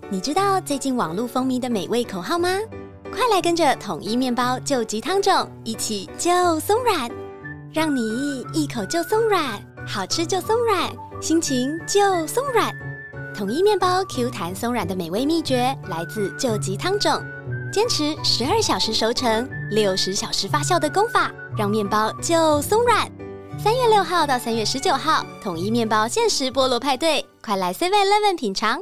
你知道最近网络风靡的美味口号吗？快来跟着统一面包救急汤种一起就松软，让你一口就松软，好吃就松软，心情就松软。统一面包 Q 弹松软的美味秘诀来自救急汤种，坚持12小时熟成、60小时发酵的功法，让面包就松软。3月6号到3月19号，统一面包限时菠萝派对，快来 7-Eleven 品尝。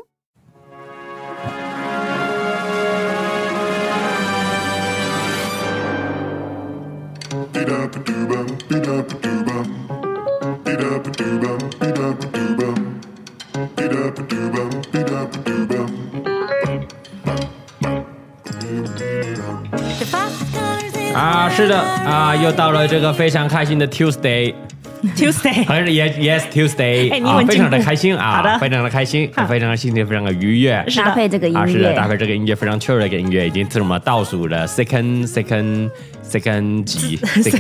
是的又到了这个非常开心的 Tuesday， 还是 Yes Tuesday，非常的开心好的， 非常的开心，非常的心情非常的愉悦， 搭配这个音乐， 是的，搭配这个音乐非常 chill 的一个音乐，已经是我们倒数的 second 集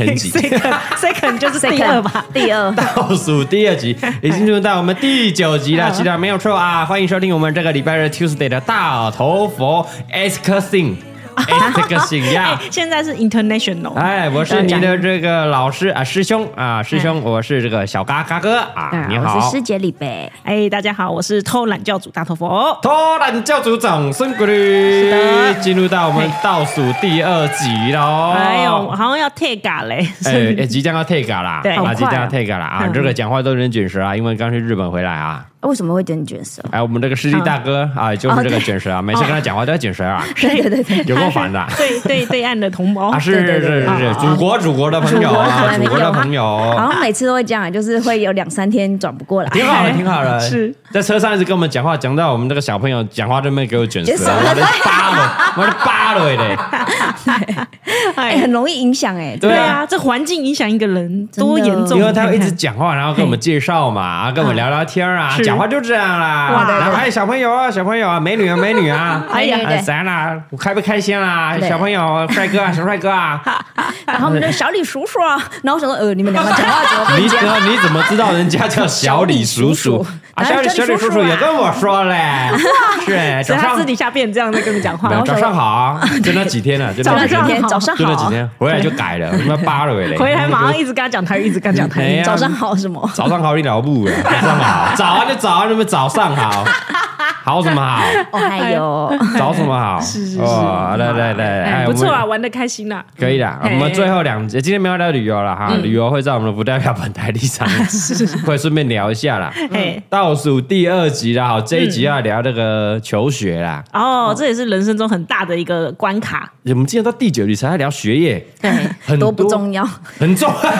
，second 就是第二吧，第二倒数第2集，已经进入到我们第9集了，是的，没有错啊！欢迎收听我们这个礼拜日 Tuesday 的大头佛 Asking。 现在是 international。 我是你的这个老师师兄，我是这个小嘎哥你好， 我是师姐李贝。大家好，我是偷懒教主大头佛。 偷懒教主掌声鼓励，进入到我们倒数第2集喽。 好像要退嘎嘞， 即将要退嘎啦， 对， 即将要退嘎啦这个讲话都有点卷舌因为刚去日本回来为什么会有点卷舌？ 我们这个师弟大哥就是这个卷舌每次跟他讲话都要卷舌对， 有够烦的。 对岸的同胞是祖国的朋友祖国的朋友， 好像每次都会这样，就是会有2-3天转不过来。 挺好的，是在车上一直跟我们讲话，讲到我们这个小朋友讲话这边给我卷舌，我的扒了嘞， 很容易影响对啊，这环境影响一个人多严重， 因为他会一直讲话，然后跟我们介绍嘛，跟我们聊聊天讲话就这样啦。然后小朋友啊，美女啊，怎样啦？我开不开心啦？小朋友，帅哥啊，小帅哥啊。 然后我们就小李叔叔然后我想说，你们2个讲话怎么会这样？ 你怎么知道人家叫小李叔叔？小李叔叔也跟我说嘞，是， 所以他私底下变这样在跟你讲话。 早上好就那几天了，就那几天，回来就改了，他妈扒了嘞。 回来马上一直跟他讲台语， 早上好什么？ 早上好你老母早上好，早安就早安，那么早上好。好什么好？ 还有找什么好？ 是来， 不错玩得开心啦。 可以啦，我们最后2集，今天没有聊旅游了旅游会在我们的不代表本台立场，会顺便聊一下啦。倒数第2集啦，这一集要聊这个求学啦。 这也是人生中很大的一个关卡。 我们今天到第9集才在聊学业， 很多不重要， 很重要，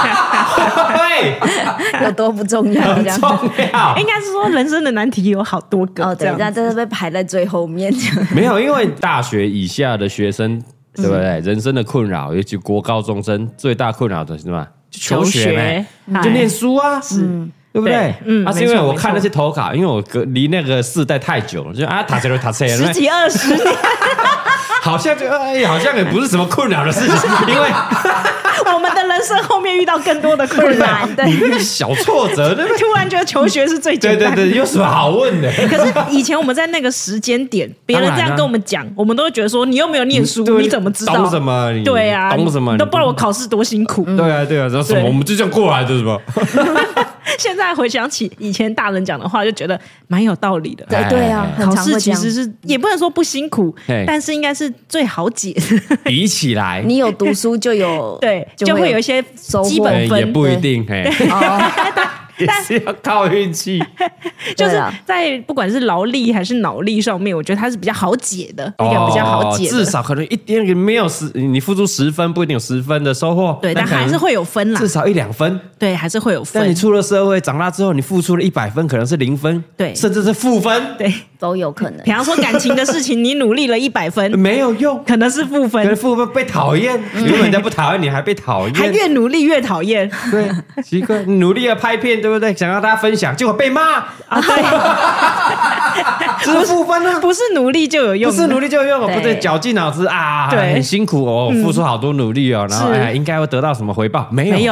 有多不重要？ 很重要， 应该是说人生的难题有好多个。 对，这是被排在最后面。 没有，因为大学以下的学生，对不对？人生的困扰，尤其国高中生最大困扰的是什么？求学就念书对不对？是因为我看那些投稿，因为我离那个世代太久了，就塔车 10几20年， 好像也不是什么困扰的事情，因为我们的人生后面遇到更多的困难， 你那个小挫折，对不对？ 突然觉得求学是最简单的， 对，有什么好问的？ 可是以前我们在那个时间点，别人这样跟我们讲，我们都会觉得说，你又没有念书，你怎么知道？ 懂什么？ 对啊， 懂什么？ 你都不知道我考试多辛苦。 对啊，然后什么？我们就这样过来的，是吧？ 现在回想起以前大人讲的话，就觉得蛮有道理的。 对啊， 考试其实是也不能说不辛苦，但是应该是最好解。 比起来， 你有读书就有对，就会有一些基本分， 也不一定。也是要靠运气， 就是在不管是劳力还是脑力上面，我觉得它是比较好解的，一个比较好解的， 至少可能一点没有你付出10分，不一定有10分的收获， 对，但还是会有分啦， 至少1-2分， 对，还是会有分。 但你出了社会，长大之后，你付出了100分，可能是0分， 对， 甚至是负分， 对， 都有可能。 比方说感情的事情，你努力了100分， 没有用， 可能是负分， 可能负分被讨厌，原本人家不讨厌你，还被讨厌， 还越努力越讨厌， 对，奇怪，你努力的拍片，对不对？想让大家分享，结果被骂对， 这是负分啊， 不是努力就有用， 不是努力就有用，不对，绞尽脑汁对，很辛苦付出好多努力然后应该会得到什么回报？没有。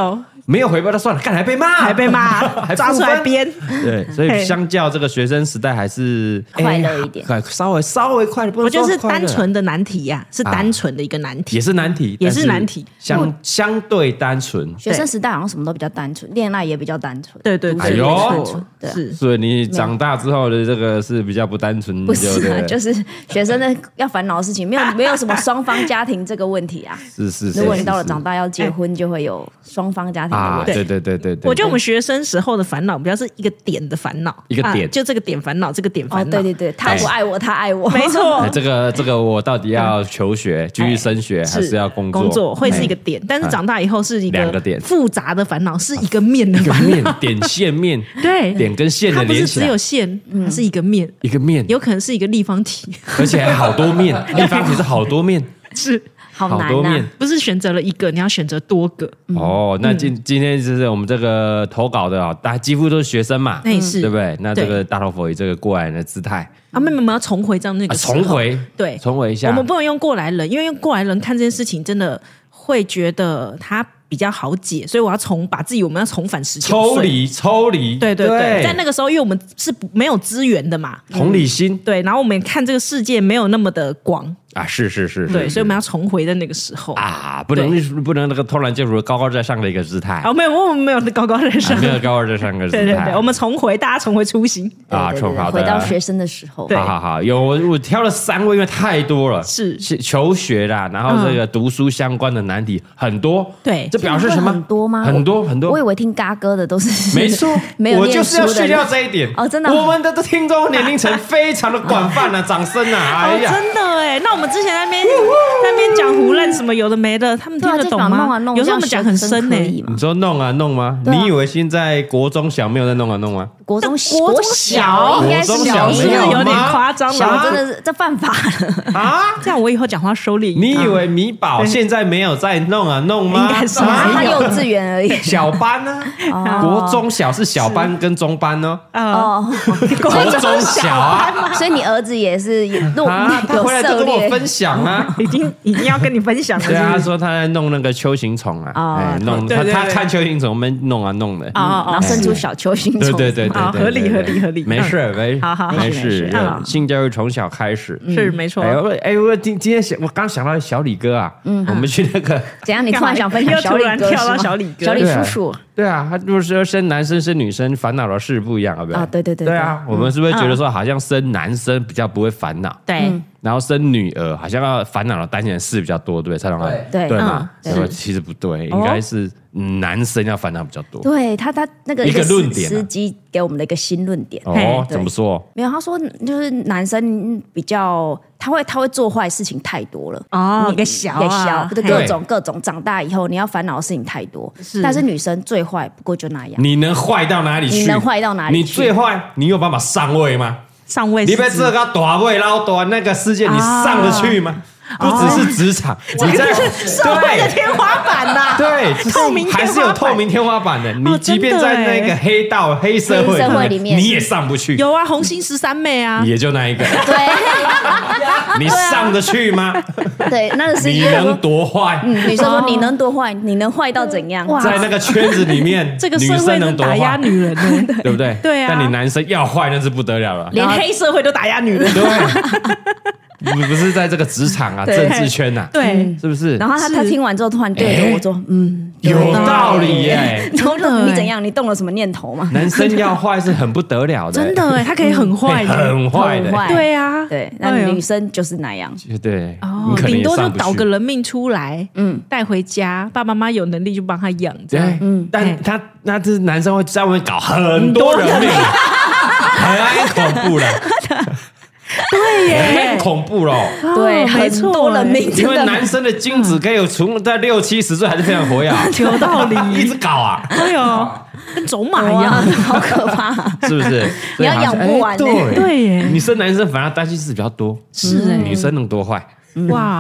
没有回报就算了，干还被骂， 还抓出来编。 对，所以相较这个学生时代还是快乐一点， 稍微快乐。 我觉得是单纯的难题呀，是单纯的一个难题， 也是难题，相对单纯。 学生时代好像什么都比较单纯，恋爱也比较单纯。 对， 哎呦， 是，所以你长大之后的这个是比较不单纯， 不是，就是学生的要烦恼的事情，没有什么双方家庭这个问题啊。 是， 如果你到了长大要结婚，就会有双方家庭的问题。 对。 我觉得我们学生时候的烦恼比较是一个点的烦恼， 一个点， 就这个点烦恼，这个点烦恼。 对，他不爱我，他爱我， 没错。 这个我到底要求学，继续升学，还是要工作？ 会是一个点，但是长大以后是一个点复杂的烦恼，是一个面的烦恼， 点线面， 对， 点跟线的连起来， 它不是只有线，它是一个面，有可能是一个立方体， 而且还好多面，立方体是好多面， 是。 好多面， 不是选择了一个，你要选择多个。 那今天就是我们这个投稿的大家几乎都是学生嘛， 是， 对不对？那这个大头佛以这个过来人的姿态妹妹们要重回这样那个时候， 重回一下。 我们不能用过来人，因为用过来人看这件事情，真的会觉得他比较好解，所以我要我们要重返19岁， 抽离， 对，在那个时候，因为我们是没有资源的嘛， 同理心， 对，然后我们看这个世界没有那么的广。 是， 对，所以我们要重回在那个时候不能那个突然就如高高在上的一个姿态没有，我们没有高高在上， 没有高高在上的姿态， 对，我们大家重回初心回到学生的时候， 好，有我挑了3位，因为太多了， 是求学啦，然后这个读书相关的难题很多， 对， 这表示什么？ 很多吗？ 很多， 我以为听嘎哥的都是没错，我就是要炫耀这一点真的， 我们的听众年龄层非常的广泛啊，掌声啊！哎呀， 真的哎，那我们之前那边讲胡乱什么有的没的，他们听得懂吗？有时候我们讲很深呢。 你说弄啊弄吗？你以为现在国中小没有在弄啊弄吗？ 国中小应该是有点夸张了， 真的是这犯法啊！ 这样我以后讲话收敛一点。 你以为米宝现在没有在弄啊弄吗？ 应该是他幼稚园而已， 小班呢？国中小是小班跟中班呢？国中小啊， 所以你儿子也是有他回来就跟我分享啊， 已经要跟你分享了。 对啊，他说他在弄那个蚯蚓虫啊，弄他看蚯蚓虫，我们弄啊弄的， 然后生出小蚯蚓虫， 对， 合理， 没事，没事，性教育从小开始是没错。 我今天我刚想到小李哥啊，我们去那个怎样？你突然想分享小李哥？ 跳到小李哥， 小李叔叔。 对啊，他如果说生男生生女生烦恼的事不一样，对不对？ 对啊，我们是不是觉得说好像生男生比较不会烦恼？ 对。 然后生女儿好像要烦恼的担心的事比较多，对不对？蔡老板， 对嘛？其实不对，应该是男生要烦恼比较多。 对他那个一个论点， 司机给我们的一个新论点。 怎么说？ 没有，他说就是男生比较他会做坏事情太多了给小各种长大以后你要烦恼的事情太多，但是女生最坏不过就那样。 你能坏到哪里去？你最坏，你有办法上位吗？ 上位， 你被这个大位捞大那个世界，你上得去吗？不只是职场， 你在社会的天花板呐， 对， 透明还是有透明天花板的。你即便在那个黑社会里面，你也上不去。 有啊，红星13妹啊， 也就那一个。 对， 你上得去吗？ 对，那个是你能多坏？ 女生说你能多坏？你能坏到怎样？ 在那个圈子里面， 这个社会能打压女人呢， 对不对？ 对啊。 但你男生要坏，那是不得了了， 连黑社会都打压女人。 对。不是在这个职场啊，政治圈呐， 对， 是不是？ 然后他听完之后，突然对着我说：“ 有道理耶。” 你怎样？你动了什么念头吗？ 男生要坏是很不得了的， 真的哎，他可以很坏， 很坏的， 对啊， 对。那女生就是那样， 对， 顶多就倒个人命出来，带回家，爸爸妈妈有能力就帮他养着。 但那这男生会在外面搞很多人命，很恐怖了。 对耶， 很恐怖咯。 对，很多人命， 因为男生的精子可以从在60-70岁还是非常活跃， 有道理， 一直搞啊， 对哦，跟走马一样， 好可怕， 是不是？ 你要养不完， 对耶。 女生男生反而担心事比较多， 是女生能多坏哇。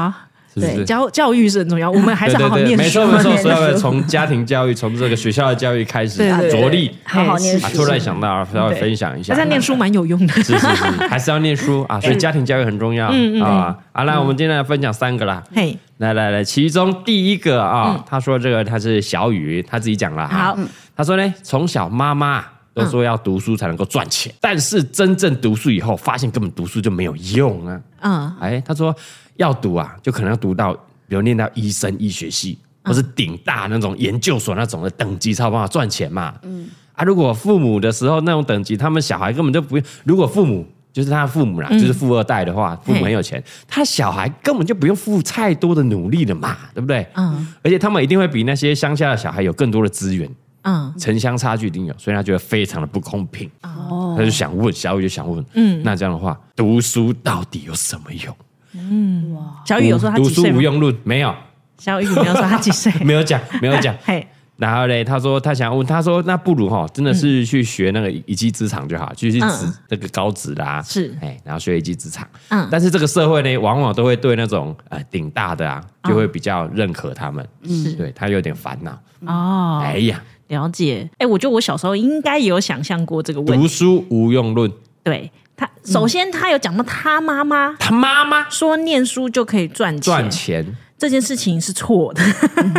对， 教育是很重要，我们还是好好念书。 没错没错，所以要从家庭教育，从这个学校的教育开始着力， 好好念书。 突然想到稍微分享一下， 但是念书蛮有用的， 是，还是要念书啊，所以家庭教育很重要啊。好，来，我们今天来分享3个啦。嘿，来，其中第一个啊，他说这个他是小雨，他自己讲了。好，他说呢，从小妈妈都说要读书才能够赚钱，但是真正读书以后，发现根本读书就没有用啊。他说要读啊，就可能要读到，比如念到医生、医学系，或是顶大那种研究所那种的等级，才有办法赚钱嘛。如果父母的时候那种等级，他们小孩根本就不用。如果父母就是他的父母啦，就是富二代的话，父母很有钱，他小孩根本就不用付太多的努力了嘛，对不对？而且他们一定会比那些乡下的小孩有更多的资源。城乡差距一定有，所以他觉得非常的不公平。他就想问，小雨就想问，那这样的话，读书到底有什么用？ 小雨有说他几岁吗？ 读书无用论没有。 小雨没有说他几岁， 没有讲。然后嘞，他说他想问，他说那不如真的是去学那个一技之长就好，去这个高职啦， 是， 然后学一技之长。但是这个社会呢，往往都会对那种顶大的啊，就会比较认可他们。对他有点烦恼。哎呀。 了解，我觉得我小时候应该有想象过这个问题。 读书无用论， 对他，首先他有讲到他妈妈说念书就可以赚钱，这件事情是错的，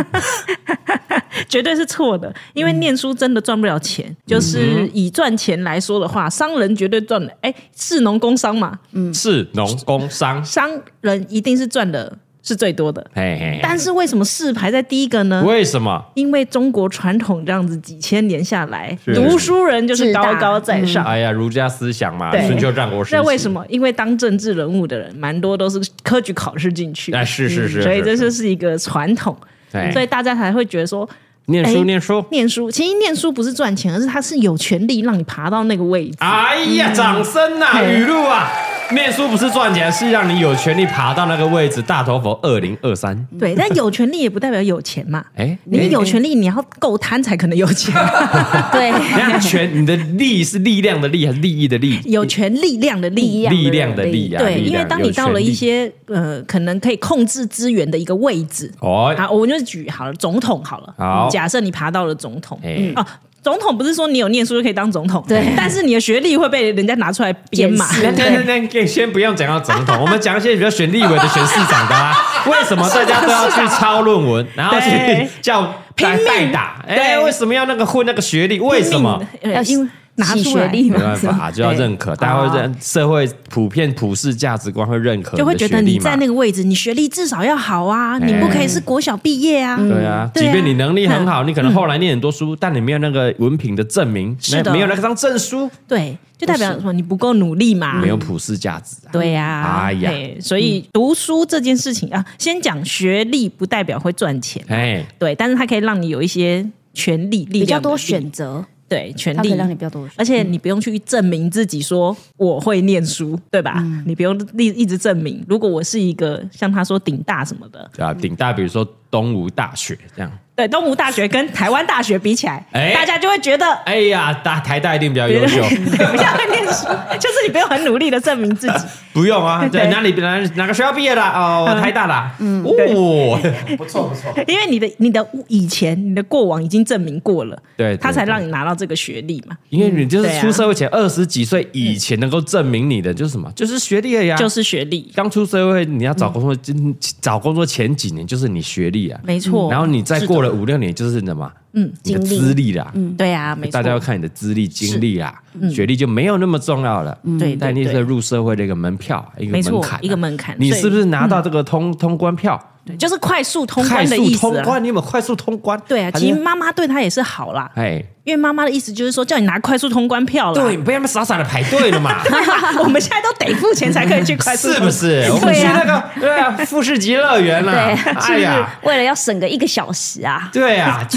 绝对是错的，因为念书真的赚不了钱。就是以赚钱来说的话，商人绝对赚了，士农工商嘛， 士农工商， 商人一定是赚的。是最多的，但是为什么士排在第一个呢？ 为什么？ 因为中国传统这样子几千年下来，读书人就是高高在上。 哎呀，儒家思想嘛，春秋战国时期。 那为什么？因为当政治人物的人蛮多都是科举考试进去， 是， 所以这就是一个传统，所以大家才会觉得说。 念书， 其实念书不是赚钱，而是它是有权利让你爬到那个位置。 哎呀，掌声啊，语录啊！念书不是赚钱，是让你有权利爬到那个位置。大头佛2023。 对，但有权利也不代表有钱嘛。你有权利，你要够贪才可能有钱。 对， 你的利是力量的利还是利益的利？ 有权力量的利， 力量的利啊。 对，因为当你到了一些可能可以控制资源的一个位置，好，我就举好了，总统好了。好。假设你爬到了总统，总统不是说你有念书就可以当总统，对，但是你的学历会被人家拿出来编码。 那先不用讲到总统，我们讲一些比较选立委的、选市长的啊。为什么大家都要去抄论文，然后去叫代打？为什么要那个混那个学历？为什么？ 因为拿出来没办法，就要认可，大家会社会普遍普世价值观会认可， 就会觉得你在那个位置，你学历至少要好啊，你不可以是国小毕业啊。 对啊，即便你能力很好，你可能后来念很多书，但你没有那个文凭的证明，没有那张证书， 对，就代表说你不够努力嘛， 没有普世价值。 对呀，哎呀，所以读书这件事情啊，先讲学历不代表会赚钱，对，但是它可以让你有一些权利、力量、 比较多选择。 对，权利可以让你比较多， 而且你不用去证明自己说我会念书，对吧？你不用一直证明。如果我是一个像他说顶大什么的， 对啊，顶大比如说东吴大学这样。 对，东吴大学跟台湾大学比起来，大家就会觉得， 哎呀，台大一定比较优秀， 比较会念书，就是你不用很努力的证明自己， 不用啊，对，哪个学校毕业的哦，台大的，不错， 因为你的以前你的过往已经证明过了， 对， 他才让你拿到这个学历嘛， 因为你就是出社会前20几岁以前能够证明你的就是什么，就是学历而已啊， 就是学历。 刚出社会你要找工作前几年就是你学历啊， 没错， 然后你再过了5-6年就是什么？你的资历啦， 对啊，没错， 大家要看你的资历、经历啦，学历就没有那么重要了。 对， 但你是入社会的一个门票，一个门槛， 一个门槛。 你是不是拿到这个通关票？ 对，就是快速通关的意思。 通关，你有没有快速通关？ 对啊，其实妈妈对他也是好啦。因为妈妈的意思就是说，叫你拿快速通关票了。 对，不要那么傻傻的排队了嘛。 我们现在都得付钱才可以去快速， 是不是？我们去那个富士急乐园了。 对，哎呀，为了要省个1个小时啊。 对啊，直接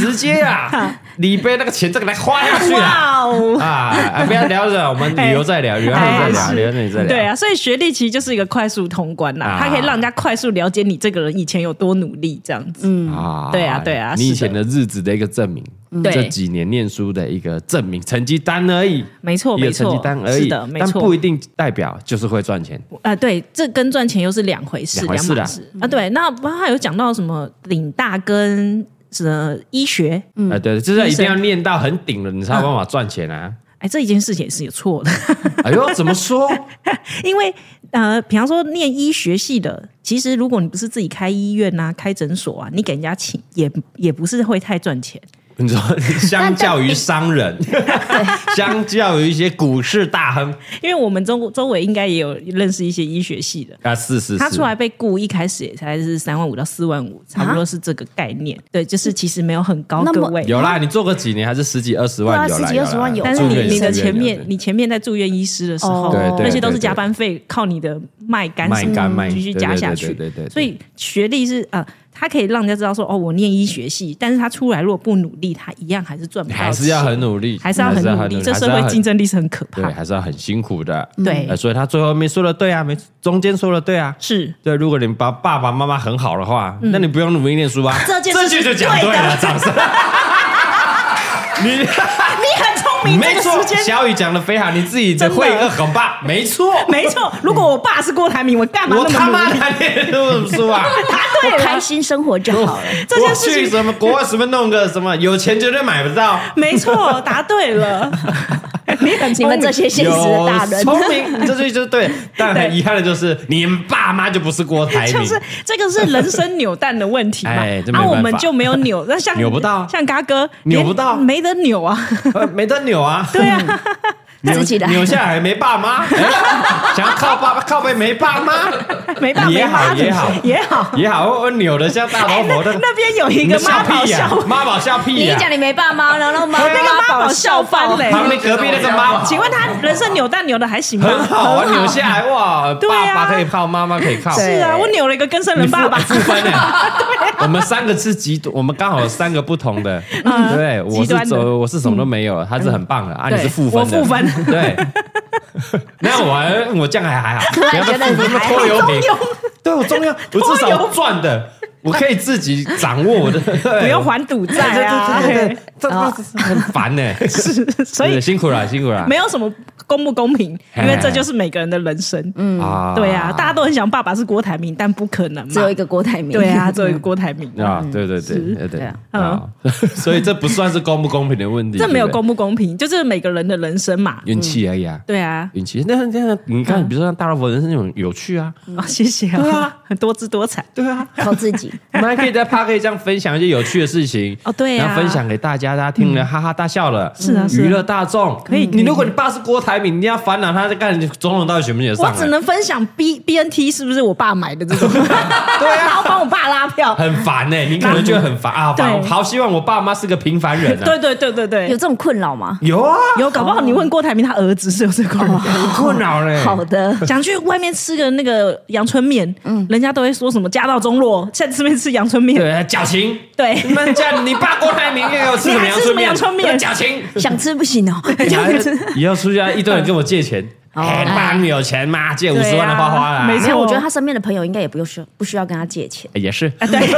呀，李贝那个钱这个来花下去了不要聊着，我们旅游再聊，旅游再聊。 对啊，所以学历其实就是一个快速通关啦，它可以让人家快速了解你这个人以前有多努力，这样子。对啊， 你以前的日子的一个证明。这几年念书的一个证明，成绩单而已， 没错， 一个成绩单而已， 是的，没错， 但不一定代表就是会赚钱对，这跟赚钱又是两回事对，那他有讲到什么顶大跟医学， 对，就是一定要念到很顶了，你才有办法赚钱啊。 这一件事情也是有错的。 哎呦，怎么说？ 因为比方说念医学系的，其实如果你不是自己开医院啊、开诊所啊，你给人家请也不是会太赚钱。 你说，相较于商人，相较于一些股市大亨， 因为我们周围应该也有认识一些医学系的是， 他出来被雇一开始也才是35000到45000，差不多是这个概念。对，就是其实没有很高，各位有啦，你做个几年还是10几20万有啦， 10几20万有。 但是你的前面在住院医师的时候，那些都是加班费，靠你的卖肝继续加下去。对，所以学历是他可以让人家知道说，我念医学系，但是他出来如果不努力，他一样还是赚不到钱， 还是要很努力， 还是要很努力，这社会竞争力是很可怕的， 对，还是要很辛苦的， 对， 所以他最后面说的对啊，中间说的对啊， 是对。 如果你爸爸妈妈很好的话，那你不用努力念书啊， 这句就讲对了，掌声。你很聪明， 没错，小雨讲的非常，你自己会一个很棒，没错。 如果我爸是郭台铭，我干嘛那么努力？ 我他妈才念书啊！ 我开心生活就好了。 我去什么国外随便弄个什么，有钱绝对买不到。 没错，答对了。 你们这些现实的大人， 聪明，这就是对。但很遗憾的就是，你们爸妈就不是郭台铭， 就是这个是人生扭蛋的问题嘛。我们就没有扭，那像扭不到， 像嘎哥扭不到， 没得扭啊， 没得扭啊。 对啊。 扭下来没爸妈，想要靠爸爸靠背没爸妈， 没爸妈也好， 我扭的像大老婆的。 那边有一个妈宝笑屁呀！ 你讲你没爸妈，然后那个妈宝笑翻嘞。 旁边隔壁那个妈， 请问他人生扭蛋扭的还行吗？ 很好啊，扭下来哇，爸爸可以靠，妈妈可以靠。 是啊，我扭了一个更生人爸爸。 复分哎，我们3个是极端，我们刚好有3个不同的，对，我是什么都没有，他是很棒的啊，你是负分的， 我负分。 对，那我这样还好， 不要觉得你还拖油瓶，对我重要，我至少赚的，我可以自己掌握我的， 不用还赌债啊， 这很烦呢。 是，所以辛苦了， 没有什么公不公平，因为这就是每个人的人生。对啊，大家都很想爸爸是郭台铭，但不可能嘛， 只有一个郭台铭。 对啊，只有一个郭台铭啊，对，所以这不算是公不公平的问题， 这没有公不公平，就是每个人的人生嘛， 运气而已啊。 对啊， 运气。那你看，比如说像大老婆人生那种有趣啊， 谢谢啊， 对啊， 很多姿多彩， 对啊， 靠自己。 我们还可以在 Podcast 这样分享一些有趣的事情对啊， 然后分享给大家听了哈哈大笑了， 是啊， 娱乐大众。可以，如果你爸是郭台铭，你要烦恼他在干总统到底选不选得上？ 我只能分享 BNT 是不是我爸买的这种，对啊，然后帮我爸拉票， 很烦呢。你可能觉得很烦啊，好希望我爸妈是个平凡人。 对， 有这种困扰吗？ 有啊， 有，搞不好你问郭台铭，他儿子是有这个困扰嘞。 好的， 想去外面吃个那个阳春面，人家都会说什么家道中落，现在吃阳春面， 对，矫情。 对， 你爸郭台铭又有吃什么阳春面？矫情， 想吃不行哦。 以后出去一堆人跟我借钱，爸你有钱吗？借50万的花花啦。 没错， 我觉得他身边的朋友应该也不需要跟他借钱。 也是， 对。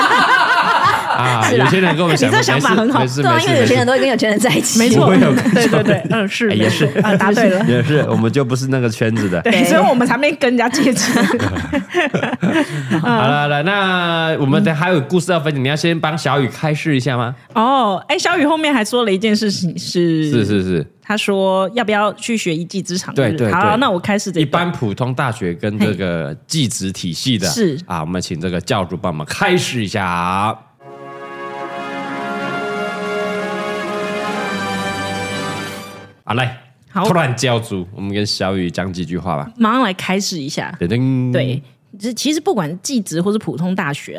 有些人跟我们想， 你这想法很好， 对啊，因为有钱人都会跟有钱人在一起， 没错，对，是， 也是， 答对了， 也是，我们就不是那个圈子的， 对，所以我们才没跟人家借钱。 好了，那我们还有故事要分享，你要先帮小雨开示一下吗？ 小雨后面还说了一件事情是。 他说要不要去学一技之长？ 对， 好，那我开始。 一般普通大学跟这个技职体系的， 是啊，我们请这个教主帮我们开示一下。好，来，突然教主，我们跟小雨讲几句话吧。 马上来开示一下。对，其实不管技职或是普通大学啦，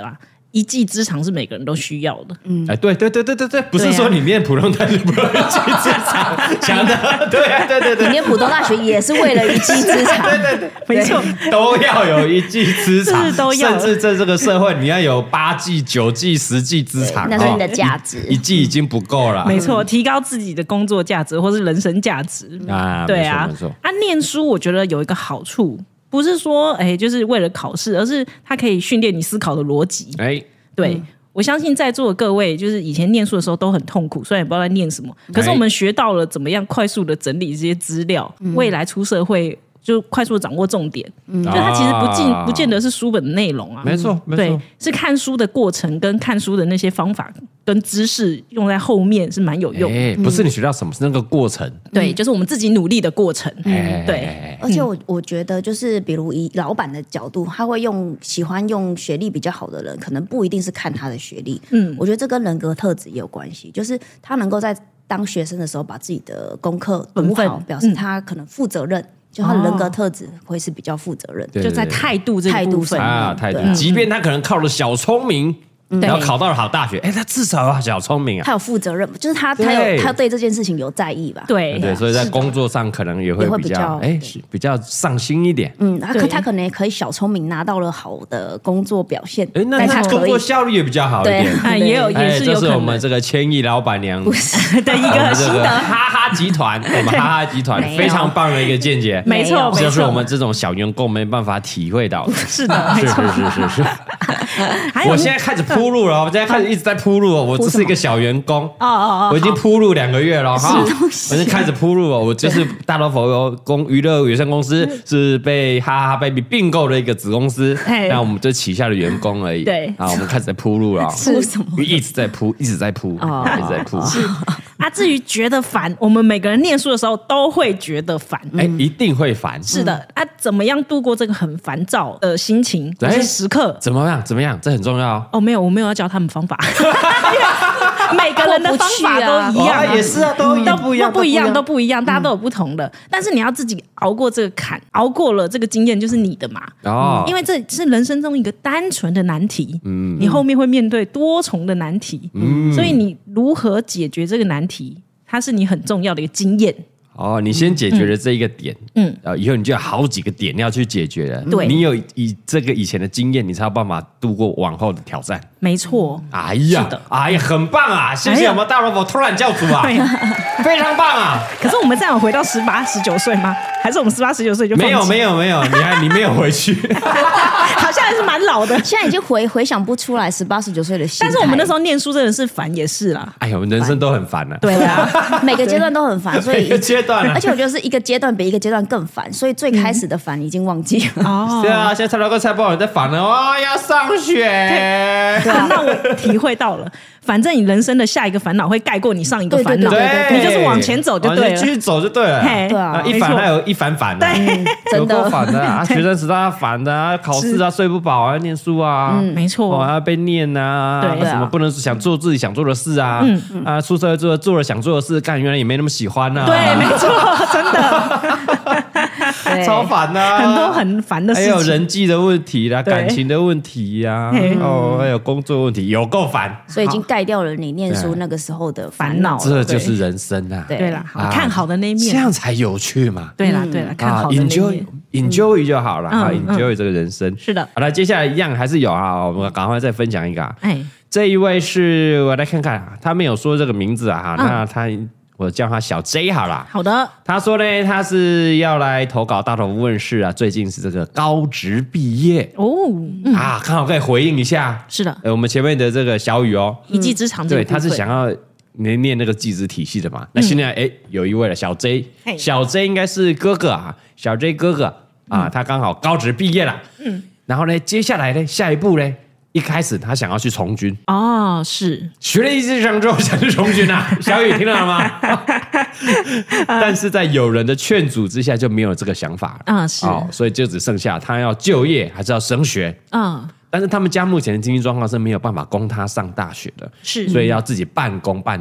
一技之长是每个人都需要的。 对，不是说你念普通大学不能一技之长，讲的对， 你念普通大学也是为了一技之长， 对， 没错， 都要有一技之长， 都要， 甚至在这个社会你要有8技、9技、10技之长， 那是你的价值， 一技已经不够了。 没错，提高自己的工作价值或是人生价值对啊， 没错。 念书我觉得有一个好处。不是说就是为了考试，而是它可以训练你思考的逻辑。对，我相信在座的各位，就是以前念书的时候都很痛苦，虽然也不知道在念什么，可是我们学到了怎么样快速的整理这些资料，未来出社会就快速掌握重点。就它其实不见得是书本的内容啊。 没错， 对，是看书的过程跟看书的那些方法跟知识用在后面是蛮有用的。 不是你学到什么，是那个过程。 对，就是我们自己努力的过程。对， 而且我觉得就是比如以老板的角度，他会喜欢用学历比较好的人，可能不一定是看他的学历。我觉得这跟人格特质也有关系，就是他能够在当学生的时候把自己的功课读好，表示他可能负责任。就他的人格特质会是比较负责任， 就在态度这部分态度，即便他可能靠了小聪明。然后考到了好大学，他至少有小聪明啊， 他有负责任，就是他对这件事情有在意吧？ 对， 所以在工作上可能也会比较上心一点。 他可能也可以小聪明拿到了好的工作表现， 那他工作效率也比较好一点。 也是有可能。 这是我们这个千亿老板娘的一个心得， 哈哈集团，我们哈哈集团非常棒的一个见解。 没错， 就是我们这种小员工没办法体会到的。 是的，是。 我现在开始铺路了，我现在开始一直在铺路。我只是一个小员工我已经铺路2个月了哈，我已经开始铺路了。我就是大头佛娱乐有限公司是被哈哈 baby 并购的一个子公司，那我们就旗下的员工而已。 对啊，我们开始在铺路了， 铺什么？ 一直在铺，一直在铺。 至于觉得烦，我们每个人念书的时候都会觉得烦， 一定会烦。 是的怎么样度过这个很烦躁的心情这时刻？ 怎么样？这很重要没有，我没有要教他们方法。每个人的方法都一样也是都不一样，大家都有不同的。但是你要自己熬过这个坎，熬过了这个经验就是你的嘛。因为这是人生中一个单纯的难题，你后面会面对多重的难题，所以你如何解决这个难题，它是你很重要的一个经验。 你先解决了这一个点，以后你就有好几个点要去解决了。 对， 你有以前的经验，你才有办法度过往后的挑战。 没错， 哎呀，很棒啊！谢谢我们大萝卜突然教主啊，非常棒啊！ 可是我们这样有回到18、19岁吗？还是我们18、19岁就放弃？ 没有，你没有回去， 好像还是蛮老的。 现在已经回想不出来18、19岁的心态。 但是我们那时候念书真的是烦，也是啦。 我们人生都很烦啊。 对啊，每个阶段都很烦，所以每个阶段， 而且我觉得是一个阶段比一个阶段更烦，所以最开始的烦已经忘记了。 对啊，现在蔡老哥蔡宝你在烦了要上学。 那我体会到了，反正你人生的下一个烦恼会盖过你上一个烦恼， 你就是往前走就对了， 继续走就对了。 对啊， 一烦还有一烦烦的， 真的烦的学生时代烦的考试睡不饱念书没错， 要被念什么不能想做自己想做的事出社会做了想做的事，干原来也没那么喜欢对，没错，真的。 超烦很多很烦的事情， 还有人际的问题啦，感情的问题呀，还有工作问题，有够烦， 所以已经盖掉了你念书那个时候的烦恼。 这就是人生啊！ 对啦，看好的那一面， 这样才有趣嘛。 对啦，看好的那一面 ，enjoy 就好了，enjoy 这个人生。 是的， 好了，接下来一样还是有我们赶快再分享一个。这一位是我来看看，他没有说这个名字那我叫他小 J 好了。 好的。 他说呢，他是要来投稿大头问世最近是这个高职毕业刚好可以回应一下。 是的， 我们前面的这个小雨一技之长这个部分， 对，他是想要念那个技职体系的嘛。那现在有一位了，小 J， 小 J 应该是哥哥小 J 哥哥他刚好高职毕业了。然后呢，接下来呢，下一步呢？一开始他想要去从军是学了一技之长之后想去从军小雨听到了吗？但是在有人的劝阻之下就没有这个想法了所以就只剩下他要就业还是要升学但是他们家目前的经济状况是没有办法供他上大学的， 是， 所以要自己半工半读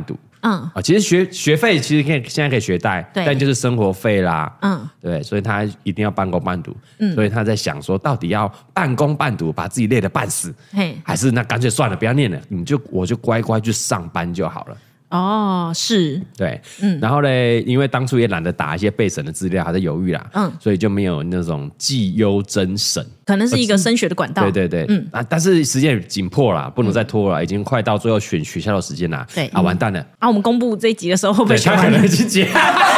其实学费其实现在可以学贷，但就是生活费啦，对，所以他一定要半工半读，所以他在想说，到底要半工半读把自己累得半死，还是那干脆算了，不要念了，我就乖乖去上班就好了。 哦，是， 对，然后呢，因为当初也懒得打一些备审的资料，还在犹豫啦，所以就没有那种绩优甄审， 可能是一个升学的管道， 对，但是时间紧迫啦，不能再拖了，已经快到最后选学校的时间啦， 对完蛋了， 我们公布这一集的时候会不会选完？ 他可能已经结，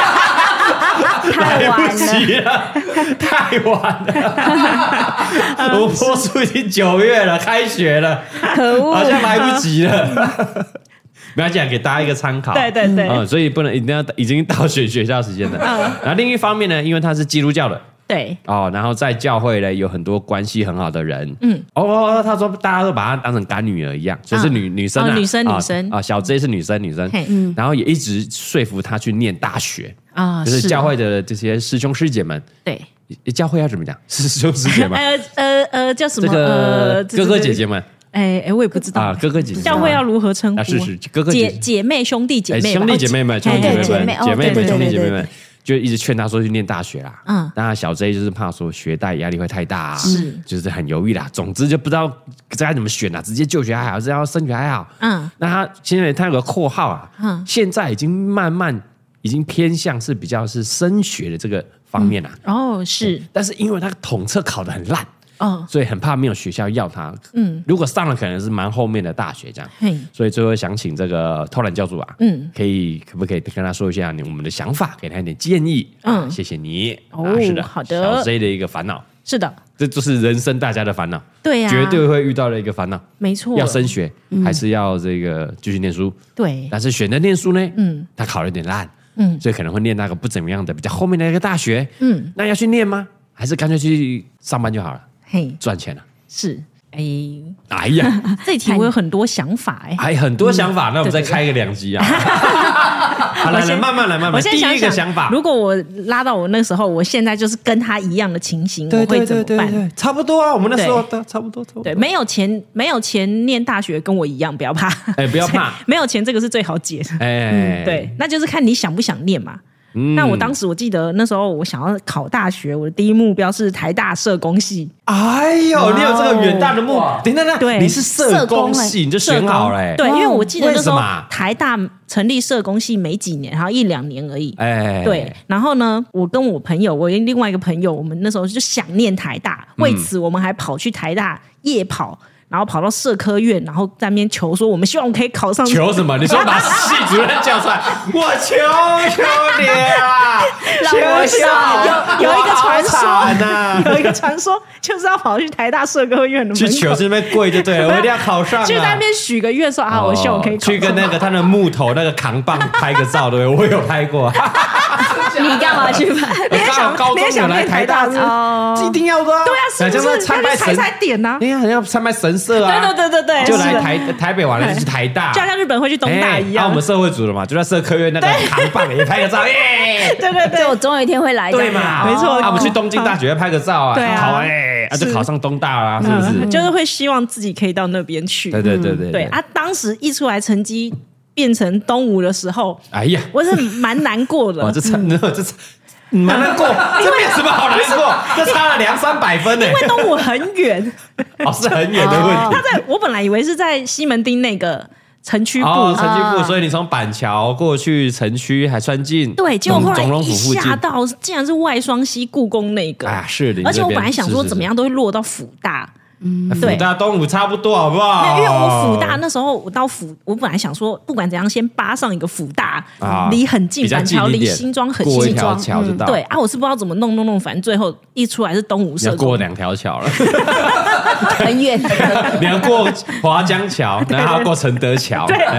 太晚了， 太晚了，我播出已经9月了，开学了， 可恶， 好像来不及了。没关系，给大家一个参考。 对， 所以不能一定要已经到选学校时间了。然后另一方面呢，因为他是基督教的， 对然后在教会呢有很多关系很好的人，他说大家都把她当成干女儿一样，就是女生啊， 女生啊，小 J 是女生，然后也一直说服她去念大学啊，就是教会的这些师兄师姐们， 对， 教会要怎么讲？师兄师姐们， 叫什么？ 这个哥哥姐姐们。 我也不知道啊，哥哥姐姐， 教会要如何称呼？ 是哥哥姐妹兄弟姐妹兄弟姐妹们，兄弟姐妹们兄弟姐妹们，就一直劝他说去念大学啦。当然小 J 就是怕说学贷压力会太大，就是很犹豫啦。总之就不知道该怎么选啦，直接就学还好，还是要升学还好。那他现在他有个括号啊，现在已经慢慢已经偏向是比较是升学的这个方面啦。 是， 但是因为他统测考得很烂。所以很怕没有学校要他。如果上了可能是蛮后面的大学这样。所以最后想请这个偷懒教主啊，可不可以跟他说一下我们的想法，给他一点建议？谢谢你。是的， 好的。 小 J 的一个烦恼， 是的， 这就是人生大家的烦恼， 对呀， 绝对会遇到的一个烦恼。 没错， 要升学还是要这个继续念书？ 对， 但是选择念书呢，他考得有点烂，所以可能会念那个不怎么样的比较后面的一个大学。那要去念吗？还是干脆去上班就好了？赚钱了， 是哎呀， 这一题我有很多想法很多想法，那我们再开一个2集啊。好，来慢慢来， 我先第一个想法， 如果我拉到我那时候，我现在就是跟他一样的情形，我会怎么办？ 差不多啊，我们那时候差不多。 对，没有钱念大学，跟我一样，不要怕， 不要怕， 没有钱这个是最好解的。对，那就是看你想不想念嘛。那我当时我记得那时候我想要考大学，我的第一目标是台大社工系。 哎呦，你有这个远大的目标？等，你是社工系，你就选好了。 对，因为我记得那时候台大成立社工系没几年，还有1-2年而已。对。然后呢，我跟我朋友，我另外一个朋友，我们那时候就想念台大，为此我们还跑去台大夜跑。然后跑到社科院，然后在那边求说，我们希望我们可以考上。 求什么？你说把系主任叫出来，我求你啊！有一个传说，有一个传说就是要跑去台大社科院的门口去求这边跪就对了，我一定要考上。 就在那边许个愿说我希望我可以考上。 去跟那个他的木头那个扛棒拍个照，对不对？我有拍过。 你干嘛去拍？ 刚好高中有来台大一定要的啊！ 对啊，是不是？ 参拜踩点呐！ 你看，要参拜神社啊！对， 就来台北玩了，就是台大， 就像日本会去东大一样。 我们社会组的嘛，就在社科院那个扛棒也拍个照，耶！ 对， 我总有一天会来的， 对嘛？ 没错。 我们去东京大学拍个照啊，考就考上东大啦，是不是？ 就是会希望自己可以到那边去。对啊！当时一出来成绩变成东吴的时候，哎呀，我是蛮难过的。 这蛮难过，这没有什么好难过，这差了200-300分呢。 因为东吴很远， 是很远的问题。 我本来以为是在西门町那个城区部， 所以你从板桥过去城区还算近。 对，结果后来一下到，竟然是外双溪故宫那个。 是的。 而且我本来想说怎么样都会落到辅大。 辅大东吴差不多好不好？ 因为我辅大那时候我本来想说不管怎样先扒上一个辅大，离很近，板桥离新庄很近， 过一条桥就到。 对啊，我是不知道怎么弄，反正最后一出来是东吴社工。 要过2条桥了， 很远。 你要过华江桥，然后过承德桥，变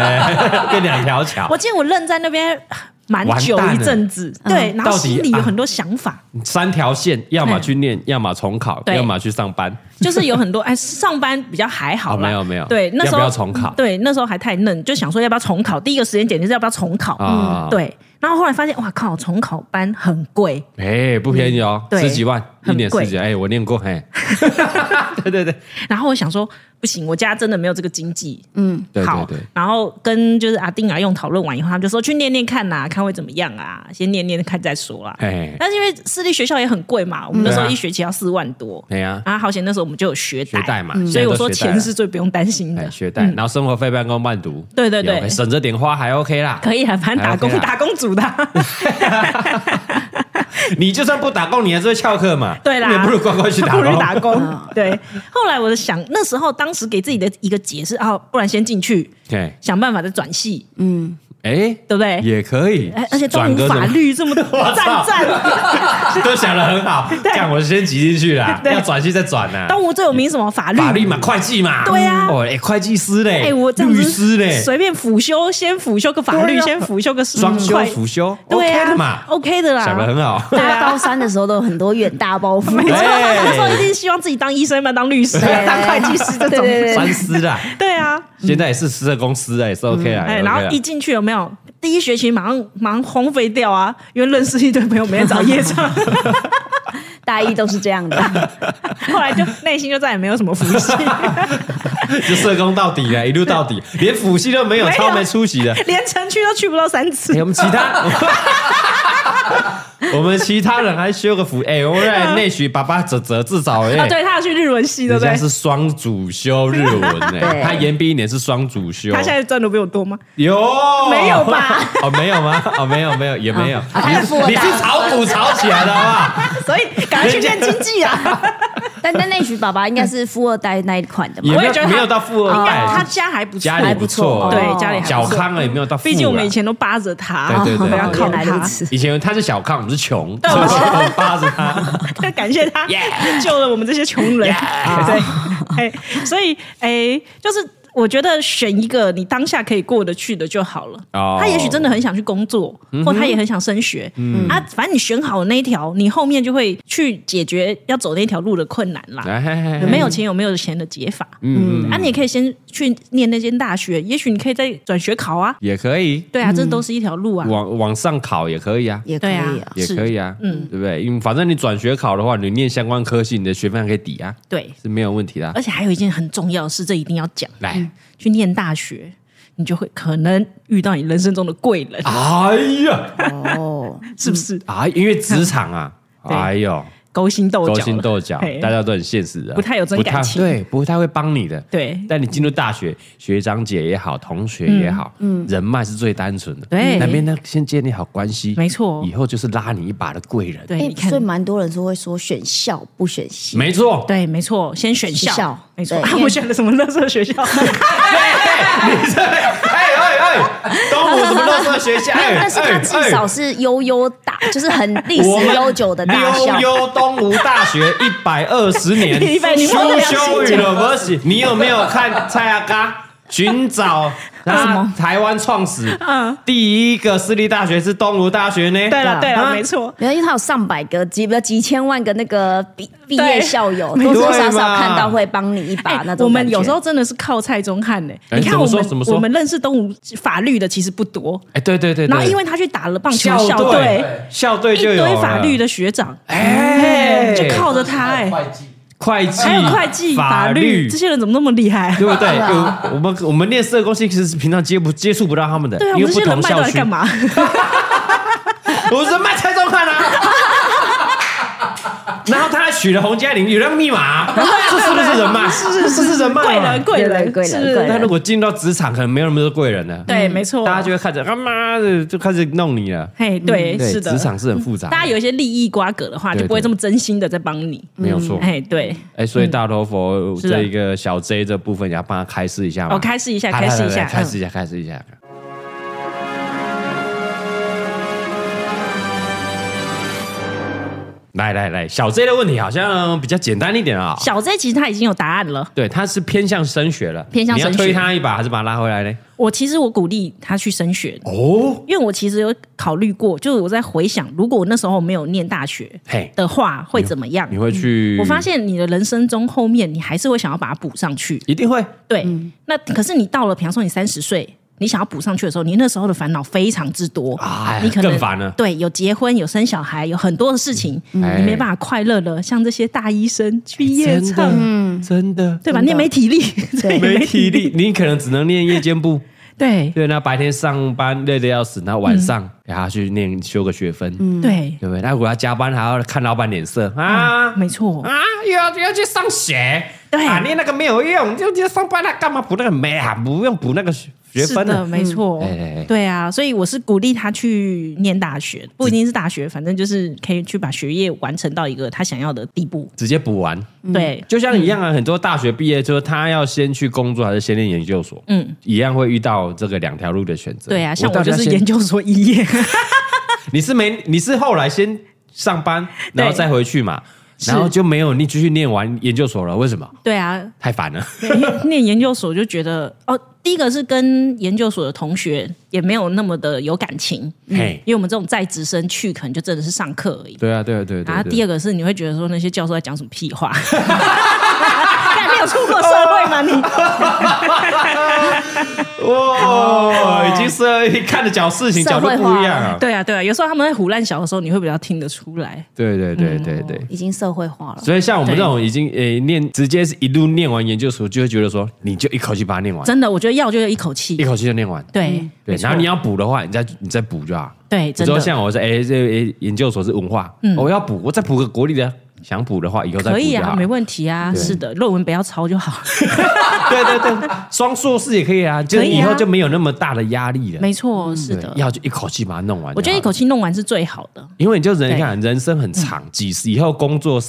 2条桥。 我记得我愣在那边蛮久一阵子，对，然后心里有很多想法。 3条线，要么去念，要么重考，要么去上班。 就是有很多上班比较还好啦。 没有。 对，那时候要不要重考？ 对，那时候还太嫩，就想说要不要重考。第一个时间点就是要不要重考。对， 然后后来发现，哇靠，重考班很贵， 不便宜哦，10几万，1年10几万，我念过，对。 然后我想说，不行，我家真的没有这个经济， 对， 好，然后跟就是阿丁阿用讨论完以后，他们就说去念念看呐，看会怎么样啊，先念念看再说啦。但是因为私立学校也很贵嘛，我们那时候1学期要4万多，啊，好险那时候我们就有学贷嘛， 所以我说钱是最不用担心的， 学贷，然后生活费半工半读， 对， 省着点花还 OK 啦， 可以啊，反正打工族的。 你就算不打工，你还是会翘课嘛？ 对啦， 你不如乖乖去打工。 对，后来我想，那时候当时给自己的一个解释不然先进去，想办法再转系。 对不对？ 也可以， 而且东吴法律这么赞， 都想得很好。这样我先挤进去啦，要转系再转啦。 东吴最有名什么法律嘛，会计嘛。 对啊， 会计师嘞， 我律师嘞， 随便先辅修个法律，先辅修个双修辅修 ，OK 的嘛 ，OK 的啦， 想得很好。 对啊，高3的时候都有很多远大抱负， 没错，那时候一定希望自己当医生嘛，当律师、当会计师这种三师啦。 对啊， 现在也是社公司也是 OK 啦。 然后一进去有没有？第1学期马上荒废掉啊，因为认识一堆朋友，每天找夜唱。 大一都是这样的， 后来就内心就再也没有什么福气， 就社工到底了，一路到底，连辅系都没有，超没出息的， 连城区都去不到3次。 我们其他人还修个辅，我们内许爸爸至少对他要去日文系，对不对？ 人家是双主修日文他延毕1年是双主修。 他现在赚的比我多吗？ 有没有吧？ 没有吗？没有，也没有。 你是炒股炒起来的好不好？ 所以赶快去练经济啊！ 但内许爸爸应该是富2代那一款的嘛？ 我也觉得没有到富2代， 他家还不错， 家里不错， 对，家里小康了也没有到富。 毕竟我们以前都扒着他， 对， 要靠他。 以前他是小康，我们是穷，所以我们扒着他。 感谢他救了我们这些穷人。对，所以就是。我觉得选一个你当下可以过得去的就好了。他也许真的很想去工作，或他也很想升学。反正你选好那一条，你后面就会去解决要走那条路的困难啦。有没有钱有没有钱的解法。你也可以先去念那间大学，也许你可以再转学考啊， 也可以。 对啊，这都是一条路啊。 往上考也可以啊， 也可以啊， 也可以啊，对不对？因为反正你转学考的话，你念相关科系，你的学分还可以抵啊， 对， 是没有问题的。 而且还有一件很重要的事，这一定要讲。 来。 去念大学，你就会可能遇到你人生中的贵人。 哎呀， 是不是啊？因为职场啊，哎呦， 勾心斗角，大家都很现实的， 不太有真感情， 对，不太会帮你的。 对， 但你进入大学，学长姐也好，同学也好，人脉是最单纯的。 对， 那边呢，先建立好关系， 没错， 以后就是拉你一把的贵人。 对， 所以蛮多人会说选校不选系， 没错， 对，没错，先选校，没错。我选了什么垃圾学校？ 你这，东吴什么垃圾学校？ 但是它至少是悠大，就是很历史悠久的大校。 东吴大学120年，修语了不起。你有没有看蔡阿嘎寻找台湾创始第一个私立大学是东吴大学呢？ 对了，没错。 因为它有上百个几千万个那个毕业校友，多多少少看到会帮你一把那种。 我们有时候真的是靠蔡宗翰呢。你看我们认识东吴法律的其实不多。 对。 然后因为他去打了棒球校队就有一堆法律的学长，就靠着他会计还有会计、法律，这些人怎么那么厉害？ 对不对？我们念社工系，其实平常接触不到他们的， 对啊， 因为不同校区。 这些人脉都在干嘛？ 我是卖蔡宗翰啊。然后他还取了洪嘉玲有那个密码，这是不是人脉？是人脉， 贵人。 他如果进到职场，可能没有那么多贵人了。 对，没错， 大家就会看着他妈的就开始弄你了。 对，是的， 职场是很复杂。 大家有一些利益瓜葛的话，就不会这么真心的在帮你。 没有错。 对。 所以大头佛这一个小 J 这部分，也要帮他开示一下嘛。 开示一下。 来，小 J 的问题好像比较简单一点啊。 小 J 其实他已经有答案了， 对，他是偏向升学了， 你要推他一把还是把他拉回来呢？ 我鼓励他去升学因为我其实有考虑过，就是我在回想，如果我那时候没有念大学的话，会怎么样？ 你会去？ 我发现你的人生中后面，你还是会想要把它补上去， 一定会。 对，那可是你到了，比方说你30岁。 你想要补上去的时候，你那时候的烦恼非常之多你可能更烦了。 对，有结婚，有生小孩，有很多的事情，你没办法快乐了。像这些大医生去夜唱， 真的， 对吧？你也没体力， 没体力，你可能只能练夜间部。 对， 那白天上班累得要死，然后晚上给他去修个学分， 对不对？那如果要加班，还要看老板脸色啊， 没错啊，又要去上学， 对啊，念那个没有用，就上班他干嘛补那个没啊？不用补那个学分的，没错，对啊，所以我是鼓励他去念大学，不一定是大学，反正就是可以去把学业完成到一个他想要的地步， 直接补完。 对， 就像一样啊，很多大学毕业之后，他要先去工作还是先念研究所，一样会遇到这个2条路的选择。 对啊，像我就是研究所一夜， 你是后来先上班，然后再回去嘛。然后就没有你继续念完研究所了，为什么？ 对啊， 太烦了。 念研究所就觉得第一个是跟研究所的同学也没有那么的有感情，因为我们这种在职生去可能就真的是上课而已。 对啊。然后第二个是你会觉得说那些教授在讲什么屁话。你有出过社会吗？你哇，已经是看的角事情角度不一样啊。 对啊，有时候他们在唬烂小的时候，你会比较听得出来。 对， 已经社会化了。 所以像我们这种已经直接是一路念完研究所，就会觉得说，你就一口气把它念完。 真的，我觉得要就一口气就念完。 对， 然后你要补的话，你再补就好。 对，真的。 说像我说，这研究所是文化，我要补，我再补个国立的。想补的话，以后再补就好。 可以啊，没问题啊。是的，论文不要抄就好。 对，双硕士也可以啊，就以后就没有那么大的压力了。 没错，是的， 要就一口气把它弄完。 我觉得一口气弄完是最好的， 因为你就人生很长，以后工作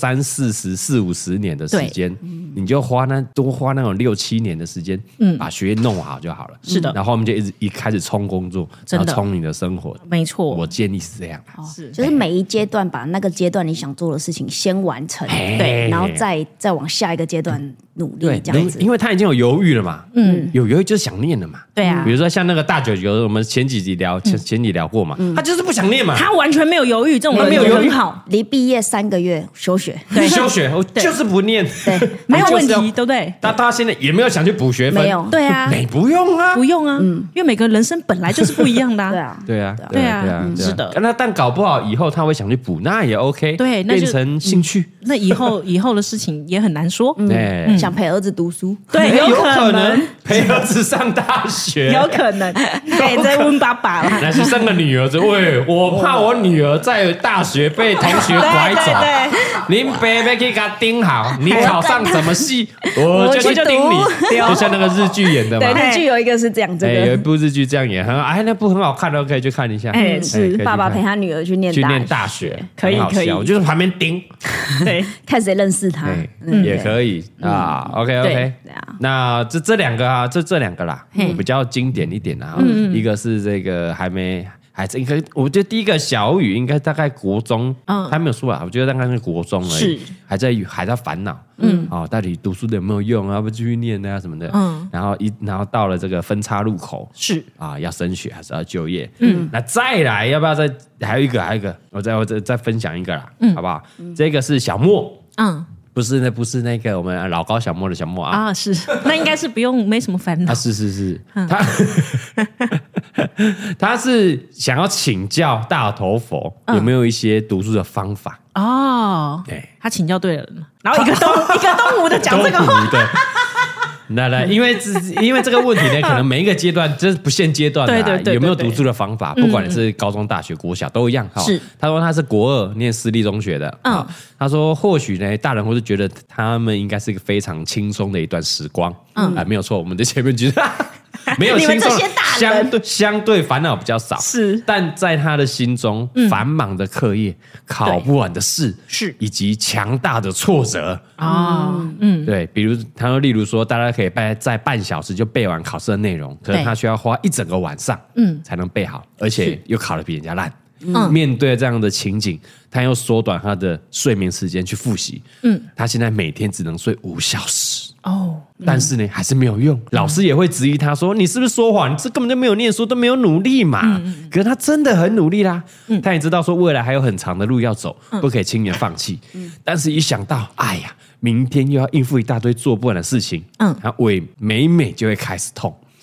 40-50年的时间，你就多花那种6-7年的时间，把学业弄好就好了。 是的， 然后我们就一开始冲工作，然后冲你的生活。 没错， 我建议是这样。 就是每一阶段把那个阶段你想做的事情先完成，对，然后再往下一个阶段努力这样子。 因为他已经有犹豫了嘛，有犹豫就是想念了嘛。 对啊， 比如说像那个大九九，我们前几集聊过嘛，他就是不想念嘛， 他完全没有犹豫，这种人也很好。 离毕业3个月休学， 休学，我就是不念， 对， 没有问题，对不对？ 他现在也没有想去补学分， 没有， 对啊， 不用啊， 因为每个人生本来就是不一样的， 对啊， 是的。 但搞不好以后他会想去补，那也 OK， 对，那变成兴趣。 那以后的事情也很难说， 想陪儿子读书， 对，有可能陪儿子上大学， 有可能，对，在温爸爸啦。 那是生个女儿子，喂，我怕我女儿在大学被同学拐走，您别去给他盯好，你考上什么系，我就去盯你，就像那个日剧演的嘛。 对，日剧有一个是这样， 有一部日剧这样演，那部很好看的，可以去看一下。 是爸爸陪他女儿去念大学， 可以， 我就是旁边盯， 对， 看谁认识他， 也可以啊。OK，那这两个啊，这两个啦，比较经典一点啊。一个是这个应该，我觉得第一个小雨应该大概国中，还没有出来，我觉得大概是国中而已，还在烦恼，到底读书的有没有用啊？要不继续念啊什么的，然后到了这个分岔路口， 是要升学还是要就业？那再来要不要还有一个，我再分享一个啦，好不好？这个是小莫，不是那个我们老高小莫的小莫啊， 是那应该是没什么烦恼， 是他是想要请教大头佛有没有一些读书的方法对，他请教对了，然后一个东吴的讲这个话。 那因为这个问题呢，可能每一个阶段这是不限阶段的，对，有没有读书的方法，不管你是高中、大学、国小都一样。 是， 他说他是国2念私立中学的，他说或许呢，大人会是觉得他们应该是一个非常轻松的一段时光，没有错，我们的前面觉得没有轻松，相对烦恼比较少， 是， 但在他的心中，繁忙的课业、考不完的试， 是， 以及强大的挫折对，例如说，大家可以在半小时就背完考试的内容，可是他需要花一整个晚上，才能背好，而且又考得比人家烂。面对这样的情景，他又缩短他的睡眠时间去复习。他现在每天只能睡5小时。但是呢，还是没有用。老师也会质疑他说：“你是不是说谎？你这根本就没有念书，都没有努力嘛。”可是他真的很努力啦。他也知道说未来还有很长的路要走，不可以轻言放弃。但是一想到，哎呀，明天又要应付一大堆做不完的事情，他胃每就会开始痛。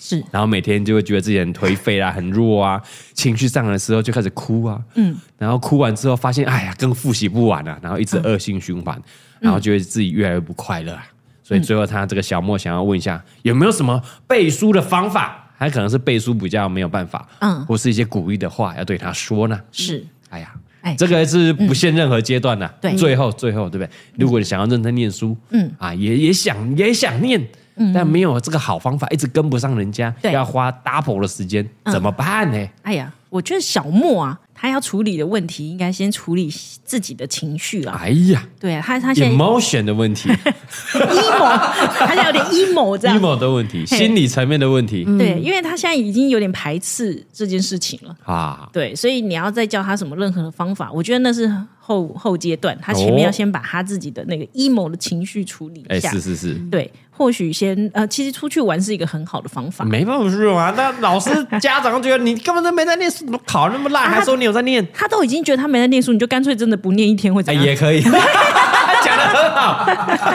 是， 然后每天就会觉得自己很颓废啦，很弱啊，情绪上来的时候就开始哭啊，然后哭完之后发现，哎呀，更复习不完了，然后一直恶性循环，然后觉得自己越来越不快乐啊。所以最后他这个小莫想要问一下，有没有什么背书的方法？还可能是背书比较没有办法，或是一些鼓励的话要对他说呢？ 是， 哎呀，这个是不限任何阶段的， 对， 最后对不对？如果你想要认真念书，也想念，但没有这个好方法，一直跟不上人家，要花 double 的时间，怎么办呢？ 哎呀，我觉得小莫啊，他要处理的问题，应该先处理自己的情绪啦。 哎呀， 对啊，他现在 emotion 的问题 ，emo， 他现在有点 emo 这样 ，emo 的问题，心理层面的问题。 对，因为他现在已经有点排斥这件事情了啊。对，所以你要再教他什么任何的方法，我觉得那是后阶段，他前面要先把他自己的那个 emo 的情绪处理一下。 是， 对。或许先其实出去玩是一个很好的方法。 没办法去玩，那老师家长觉得你根本都没在念书，考那么烂，还说你有在念。 他都已经觉得他没在念书，你就干脆真的不念一天会怎样？ 也可以，讲得很好。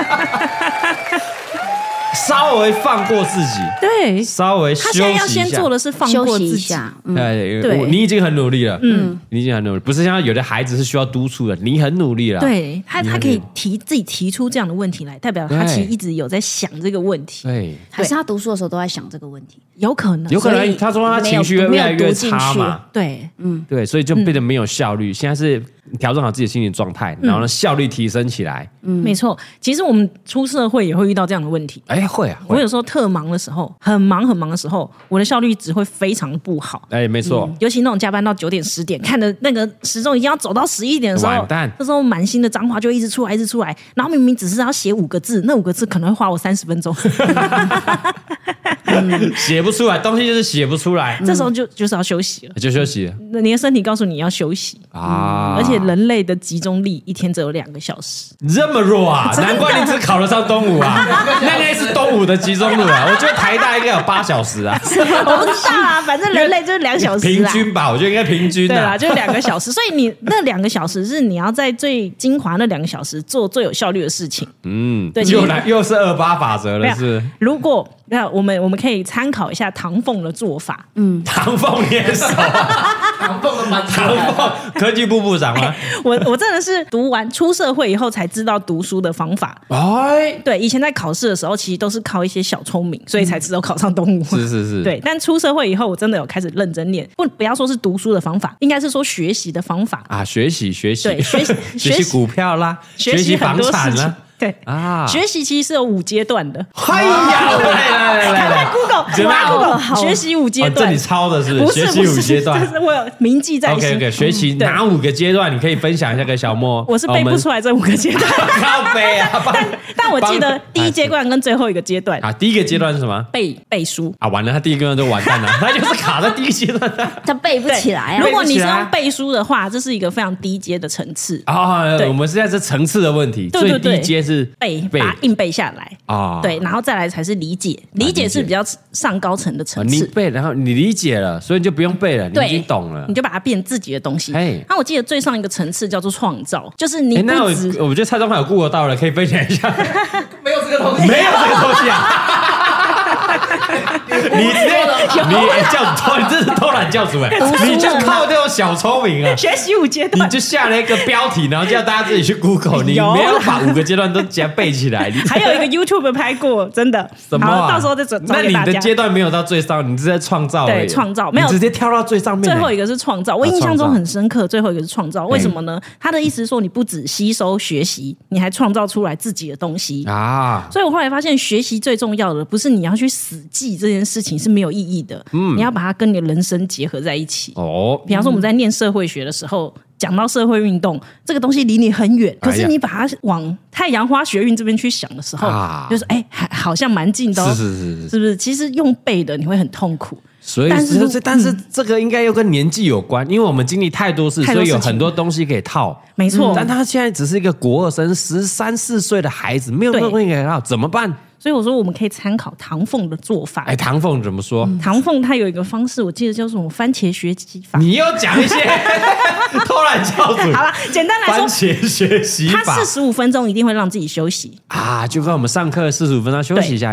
稍微放过自己， 对， 稍微休息一下。 他现在要先做的是放过自己。 对，你已经很努力了，你已经很努力，不是像有的孩子是需要督促的，你很努力了。 对，他可以自己提出这样的问题来，代表他其实一直有在想这个问题。 对， 还是他读书的时候都在想这个问题， 有可能。 他说他情绪越来越差嘛， 对， 对，所以就变得没有效率。现在是调整好自己的心理状态，然后呢，效率提升起来。 没错，其实我们出社会也会遇到这样的问题。 会啊， 我有时候特忙的时候，很忙的时候，我的效率值会非常不好。 没错， 尤其那种加班到9点10点，看的那个时钟已经要走到11点的时候， 完蛋， 那时候满心的脏话就一直出来，然后明明只是要写5个字，那5个字可能会花我30分钟。 写不出来，东西就是写不出来， 这时候就是要休息了， 就休息了。 你的身体告诉你要休息啊，而且人类的集中力一天只有2个小时， 这么弱啊！难怪你只考得上东吴啊，那个是东吴的集中力啊。我觉得台大应该有8小时啊， 我不知道啊，反正人类就是2小时， 平均吧，我觉得应该平均。 对啦，就是2个小时，所以你那2个小时是你要在最精华那2个小时做最有效率的事情。 对，又是28法则了，是。 如果那我们可以参考一下唐凤的做法。 唐凤你也熟啊？唐凤科技部部长吗？ 我真的是读完出社会以后才知道读书的方法。对，以前在考试的时候，其实都是靠一些小聪明，所以才知道考上东吴。 是。 对，但出社会以后，我真的有开始认真念。不要说是读书的方法，应该是说学习的方法啊。 学习， 对，学习股票啦，学习房产啦。 对啊，学习其实是有5阶段的。 哎呀，来 Google 学习5阶段， 这你抄的是？学习5阶段， 这是我有铭记在心。 OK， 学习哪5个阶段？你可以分享一下给小莫。 我是背不出来这5个阶段， 靠背啊！ 但我记得第1阶段跟最后一个阶段啊。第1个阶段是什么？ 背书啊！ 完了，他第1个阶段就完蛋了，他就是卡在第1阶段， 他背不起来啊。 如果你是用背书的话，这是一个非常低阶的层次啊。我们现在是层次的问题，最低阶是背。硬背下来啊，对，然后再来才是理解，理解是比较上高层的层次。 你背，然后你理解了，所以你就不用背了，你已经懂了， 你就把它变自己的东西。那我记得最上一个层次叫做创造，就是你那我觉得蔡宗翰有Google到了，可以分享一下。 没有这个东西， 没有这个东西啊！你直接你这是偷懒教主你就靠这种小聪明啊， 学习5阶段， 你就下了一个标题，然后叫大家自己去 Google， 你没有把5个阶段都背起来。 还有一个 YouTube 拍过，真的。 什么？ 到时候再转。 那你的阶段没有到最上，你是在创造。 对，创造没有直接跳到最上面。 最后一个是创造，我印象中很深刻。最后一个是创造，为什么呢？他的意思是说，你不只吸收学习，你还创造出来自己的东西啊。所以我后来发现，学习最重要的不是你要去死记这件事情是没有意义的，你要把它跟你的人生结合在一起。比方说我们在念社会学的时候，讲到社会运动这个东西离你很远，可是你把它往太阳花学运这边去想的时候，就是好像蛮近的。是不是？其实用背的你会很痛苦。 所以，但是这个应该又跟年纪有关，因为我们经历太多事，所以有很多东西可以套。 没错， 但他现在只是一个国2生13、14岁的孩子，没有东西可以套，怎么办？ 所以我说我们可以参考唐凤的做法。 唐凤怎么说？ 唐凤他有一个方式，我记得叫什么番茄学习法。 你又讲一些偷懒教主。 好了，简单来说， 番茄学习法， 他45分钟一定会让自己休息啊，就跟我们上课45分钟休息一下一样。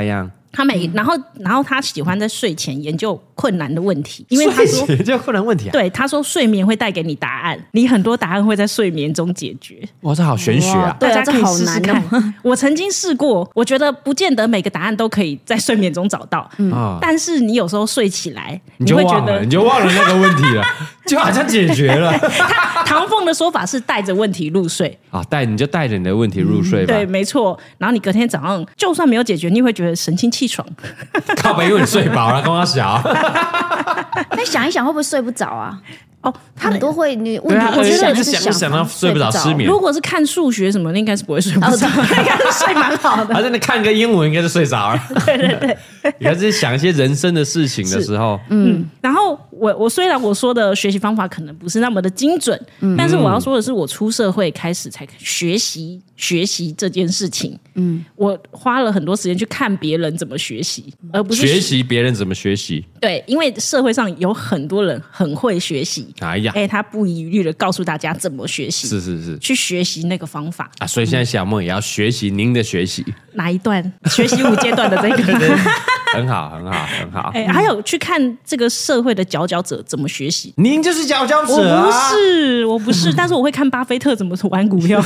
然后他喜欢在睡前研究困难的问题，因为他说研究困难问题啊。 对，他说睡眠会带给你答案，你很多答案会在睡眠中解决。 哇，这好玄学啊！ 大家可以试试看。我曾经试过，我觉得不见得每个答案都可以在睡眠中找到，但是你有时候睡起来，你会觉得你就忘了那个问题了，就好像解决了。 唐凤的说法是带着问题入睡啊，你就带着你的问题入睡吧。 对，没错。然后你隔天早上就算没有解决，你会觉得神清气爽。 靠北，因为你睡饱了，跟我小。 那想一想会不会睡不着啊？ 哦， 很多会你问题， 我觉得想到睡不着失眠。 如果是看数学什么的，应该是不会睡不着，应该是睡蛮好的。 还是你看个英文，应该是睡着了。 对。 你还是想一些人生的事情的时候， 然后我虽然我说的学习方法可能不是那么的精准，但是我要说的是，我出社会开始才学习这件事情。我花了很多时间去看别人怎么学习，而不是学习别人怎么学习。 对，因为社会上有很多人很会学习，他不遗余力的告诉大家怎么学习， 是去学习那个方法啊。所以现在小梦也要学习您的学习， 哪一段？学习5阶段的这个。 很好。 还有去看这个社会的佼佼者怎么学习。 您就是佼佼者啊！ 我不是，但是我会看巴菲特怎么玩股票。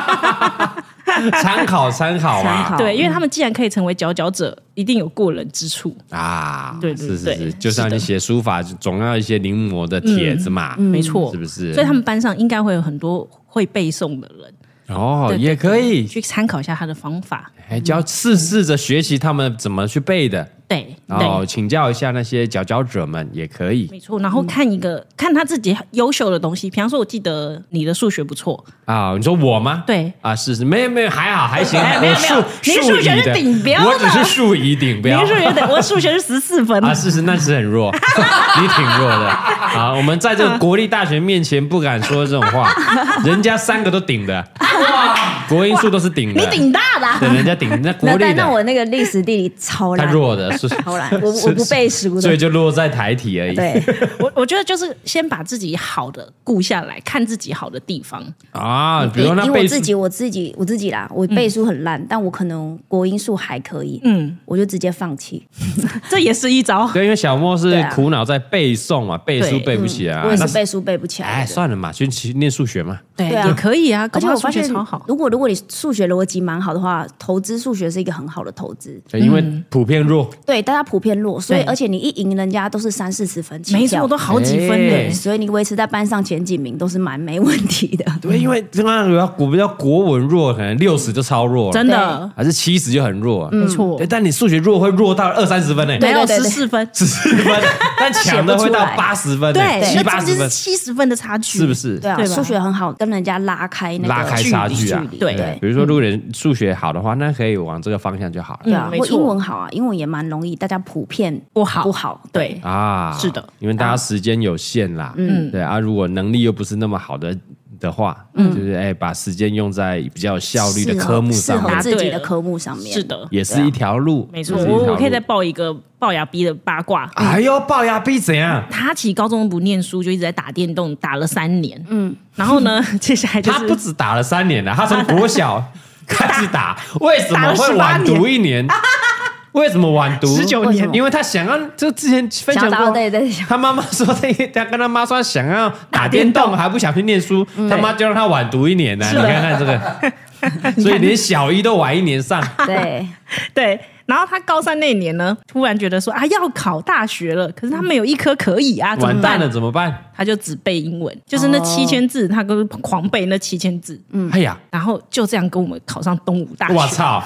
参考嘛。 对，因为他们既然可以成为佼佼者，一定有过人之处啊。 对， 是，就像你写书法，总要一些临摹的帖子嘛。 没错， 是不是？ 所以他们班上应该会有很多会背诵的人。 也可以去参考一下他的方法， 试着学习他们怎么去背的。 对， 请教一下那些佼佼者们也可以。 没错，然后看他自己优秀的东西，比方说，我记得你的数学不错啊。你说我吗？ 对啊，是没有，还好还行。 没有，你数学是顶标的， 我只是数乙顶标。 你数学我数学是14分啊，是那是很弱，你挺弱的啊。我们在这个国立大学面前不敢说这种话，人家3个都顶的。哇，国英数都是顶的， 你顶大的， 对，人家顶那国立的。 那我那个历史地理超烂， 太弱的， 超烂，我不背书的， 所以就落在台体而已。 对， 我觉得就是先把自己好的顾下来，看自己好的地方啊。比如那以我自己啦，我背书很烂，但我可能国英数还可以，我就直接放弃， 这也是一招。 对，因为小莫是苦恼在背诵嘛，背书背不起来， 我也是背书背不起来。 算了嘛，去念数学嘛。 对，也可以啊。 而且我发现超好。 如果你数学逻辑蛮好的话，投资数学是一个很好的投资， 因为普遍弱。 对，大家普遍弱，所以而且你一赢人家都是30-40分起跳， 没错，都好几分的， 所以你维持在班上前几名都是蛮没问题的。 对，因为刚刚比较国文弱，可能60就超弱了， 真的， 还是70就很弱， 没错。 但你数学弱会弱到20-30分呢， 没有14分， 但强的会到80分， 对 70-80分 ，70分的差距， 是不是？ 对啊，数学很好，跟人家拉开差距啊。 对， 比如说如果人数学好的话，那可以往这个方向就好了。 对啊，或英文好啊，英文也蛮容易，大家普遍不好。 对啊， 是的， 因为大家时间有限啦。对啊，如果能力又不是那么好的话，就是把时间用在比较有效率的科目上面， 适合自己的科目上面， 是的， 也是一条路。 没错，我可以再报一个龅牙逼的八卦。 哎呦，龅牙逼怎样？ 他其实高中不念书，就一直在打电动，打了3年。然后呢，接下来就是他不止打了3年了，他从国小开始打，为什么会晚读1年？为什么晚读 19年？ 因为他想要，就之前分享过， 对， 他妈妈说他跟他妈说想要打电动，还不想去念书，他妈就让他晚读1年呢。你看看这个，所以连小1都晚1年上。 对。然后他高3那年呢，突然觉得说要考大学了，可是他没有一科可以啊， 完蛋了怎么办？ 他就只背英文，就是那7000字，他都狂背那7000字。 哎呀， 然后就这样跟我们考上东吴大学。 我操！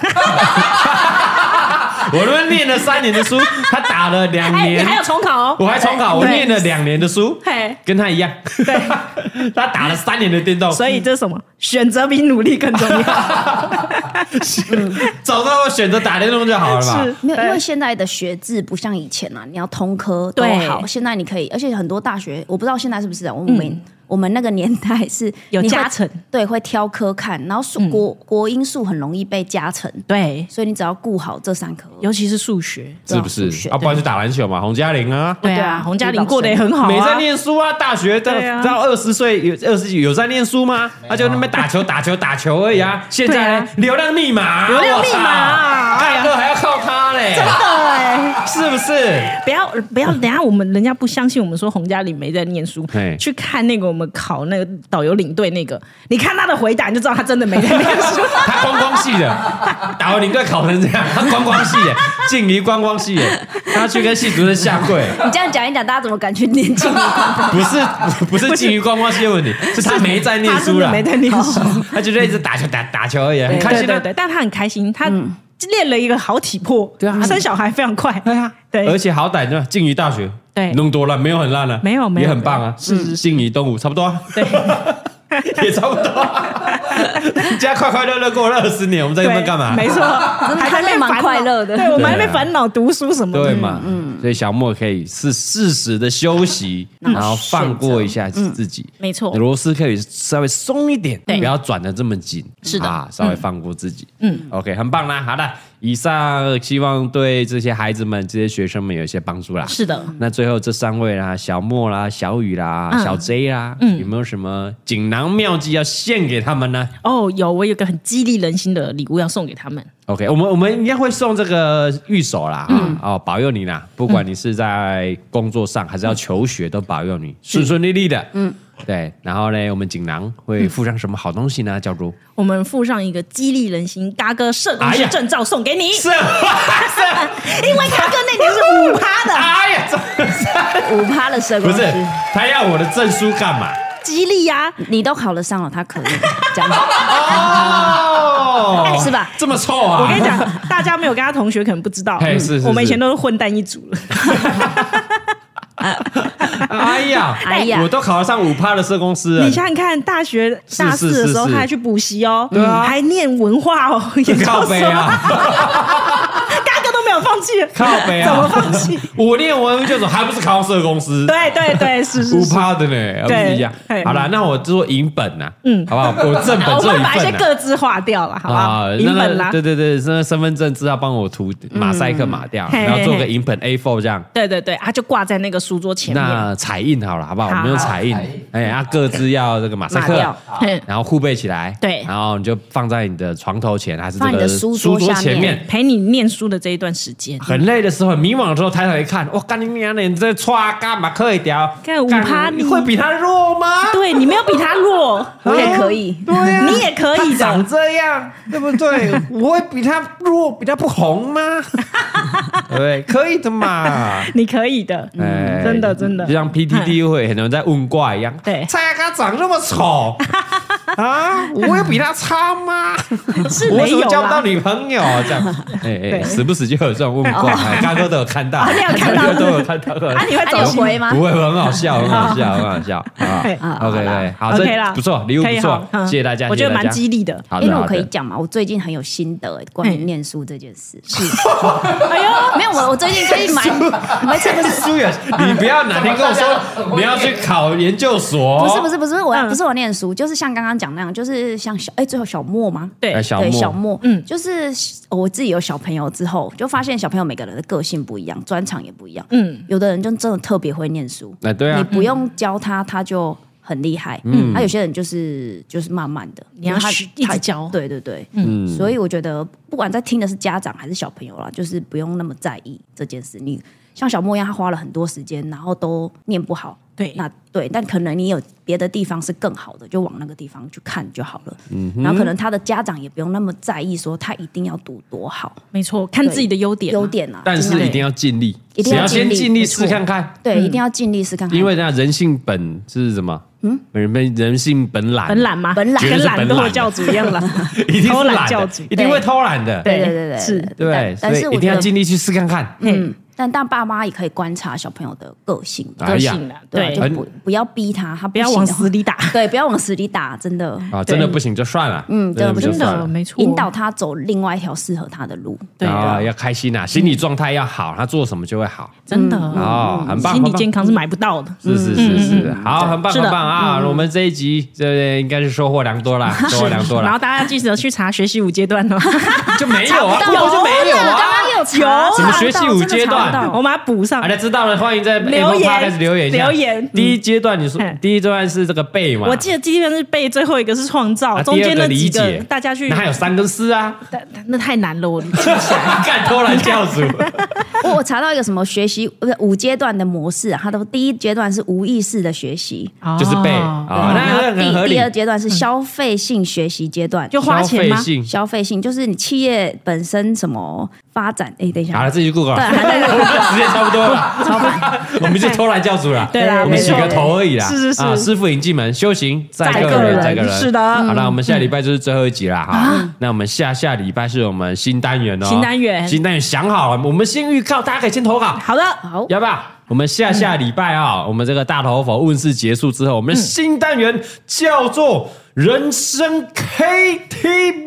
我都念了3年的书，他打了2年， 你还有重考哦？ 我还重考，我念了2年的书，跟他一样。 对， 他打了3年的电动， 所以这是什么？选择比努力更重要。 早知道我选择打电动就好了吧？ 没有，因为现在的学制不像以前啊，你要通科都好。现在你可以，而且很多大学，我不知道现在是不是啊？我们那个年代是有加成， 对，会挑科看，然后国英数很容易被加成， 对， 所以你只要顾好这3科， 尤其是数学， 是不是？不然就打篮球嘛，洪嘉玲啊， 对啊，洪嘉玲过得也很好， 没在念书啊，大学到20岁有在念书吗？他就那边打球而已啊。现在流量密码， 大哥还要靠他嘞。 真的是不是？ 不要，等一下人家不相信我们说洪嘉玲没在念书，去看那个我们考那个导游领队那个，你看他的回答你就知道他真的没在念书。 他观光系的，导游领队考成这样，他观光系的，静怡观光系的，他去跟系主任下跪。 你这样讲一讲，大家怎么敢去念静怡观光？ 不是静怡观光系的问题，是他没在念书了， 没在念书， 他就一直打球而已，很开心的。 对，但他很开心，他练了一个好体魄，对啊，生小孩非常快， 对啊，对，而且好歹呢，静怡大学，对，弄多烂没有很烂了， 没有， 也很棒啊，是静怡东吴差不多，对，也差不多，你家快快乐乐过了20年，我们在那边干嘛？ 没错，还在那边蛮快乐的，对，我们还没烦恼读书什么的， 对嘛，所以小莫可以适时的休息，然后放过一下自己， 没错， 螺丝可以稍微松一点，不要转得这么紧， 是的， 稍微放过自己，OK， 很棒啦，好的。以上希望对这些孩子们、这些学生们有一些帮助啦。 是的， 那最后这3位啦，小莫啦、小雨啦、小 J 啦，有没有什么锦囊妙计要献给他们呢？ 有，我有个很激励人心的礼物要送给他们。 OK， 我们应该会送这个御守啦，保佑你啦，不管你是在工作上还是要求学，都保佑你顺顺利利的。对，然后呢，我们锦囊会附上什么好东西呢？教主， 我们附上一个激励人心嘎哥社工师证照送给你。是，因为嘎哥那年是5%的。 哎呀 ，5%的社工师， 不是他要我的证书干嘛？ 激励呀， 你都考得上了，他可以这样是吧？ 这么臭啊！ 我跟你讲，大家没有跟他同学可能不知道，我们以前都是混蛋一组了。 哎呀，我都考得上5%的社工师了。 你想想看，大学大4的时候，他还去补习哦，还念文化哦， 也靠北啊。 嘎哥都没有放弃， 靠北啊， 怎么放弃？ 我念文就走，还不是考上社工师？ 对，是 5%的呢，不一样。好了，那我做银本呐，好不好？我正本只有1份，我们把一些个资划掉了，好不好？银本啦， 对，那身份证字要帮我涂马赛克码掉，然后做个银本 A4 这样。 对，他就挂在那个书桌前面。 那彩印好了，好不好？我们用彩印，各自要这个马赛克，然后互背起来，对，然后你就放在你的床头前，还是这个书桌前面， 陪你念书的这一段时间。 很累的时候，很迷惘的时候，抬头一看，哇，干你娘的，你这歘干嘛可以掉？ 看5%， 你会比他弱吗？ 对，你没有比他弱， 我也可以， 对呀， 你也可以的， 长这样，对不对？我会比他弱，比他不红吗？对，可以的嘛， 你可以的，真的。 就像 PTT 会很多人在问卦一样， 对， 蔡他长那么丑啊，我有比他差吗？ 是没有啦， 我交不到女朋友这样，时不时就有这种问卦，刚刚都有看到， 你有看到， 都有看到， 你会走回吗？ 不会，很好笑啊 ，OK， 好，这不错，礼物不错，谢谢大家， 我觉得蛮激励的。 因为我可以讲嘛，我最近很有心得关于念书这件事。是，哎呦，没有我最近没错，不是书也，你不要哪天跟我说你要去考研究所， 不是我念书，就是像刚刚讲那样，就是像最后小莫吗？ 对， 小莫，就是我自己有小朋友之后，就发现小朋友每个人的个性不一样，专长也不一样，有的人就真的特别会念书， 对啊， 你不用教他，他就很厉害，有些人就是慢慢的， 你要一直教， 对，所以我觉得不管在听的是家长还是小朋友啦，就是不用那么在意这件事。你像小莫一样，他花了很多时间，然后都念不好，对，但可能你有别的地方是更好的，就往那个地方去看就好了。然后可能他的家长也不用那么在意说他一定要读多好， 没错，看自己的优点啊， 但是一定要尽力，你要先尽力试看看， 对，一定要尽力试看看， 因为人性本是什么？人性本懒， 本懒吗？ 本懒， 跟懒惰教主一样懒， 偷懒教主一定会偷懒的， 对，是， 对，所以一定要尽力去试看看， 但爸妈也可以观察小朋友的个性， 对， 就不要逼他不要往死里打， 对，不要往死里打，真的啊，真的不行就算了， 真的不行， 没错， 引导他走另外一条适合他的路， 对啊，要开心啊，心理状态要好，他做什么就会好， 真的啊，很棒， 心理健康是买不到的， 是，好，很棒啊，我们这一集这应该是收获良多啦， 然后大家要记得去查学习5阶段哦， 就没有啊，就没有啊， 刚刚有什么学习5阶段， 我们把它补上。 大家知道了，欢迎在 Apple Podcast 留言一下。 留言。 第一阶段你说第一阶段是这个背嘛？ 我记得第一阶段是背，最后一个是创造，中间那几个大家去。 那还有3跟4啊？ 那太难了，我记不起来。 干偷懒教主。 我查到一个什么学习5阶段的模式啊，它的第一阶段是无意识的学习， 就是背啊。那第2阶段是消费性学习阶段， 就花钱吗？ 消费性就是你企业本身什么发展？哎，等一下， 好了，自己去 Google 了，时间差不多了， 超烦。 我们就偷懒教主了， 对啦， 我们洗个头而已啦。 是啊， 师傅引进门，修行在个人， 是的。 好了，我们下礼拜就是最后一集啦哈。那我们下礼拜是我们新单元哦，新单元想好了，我们先预告，大家可以先投稿。 好的， 好， 要不要？我们下礼拜啊，我们这个大头佛问世结束之后，我们的新单元叫做人生 KTV。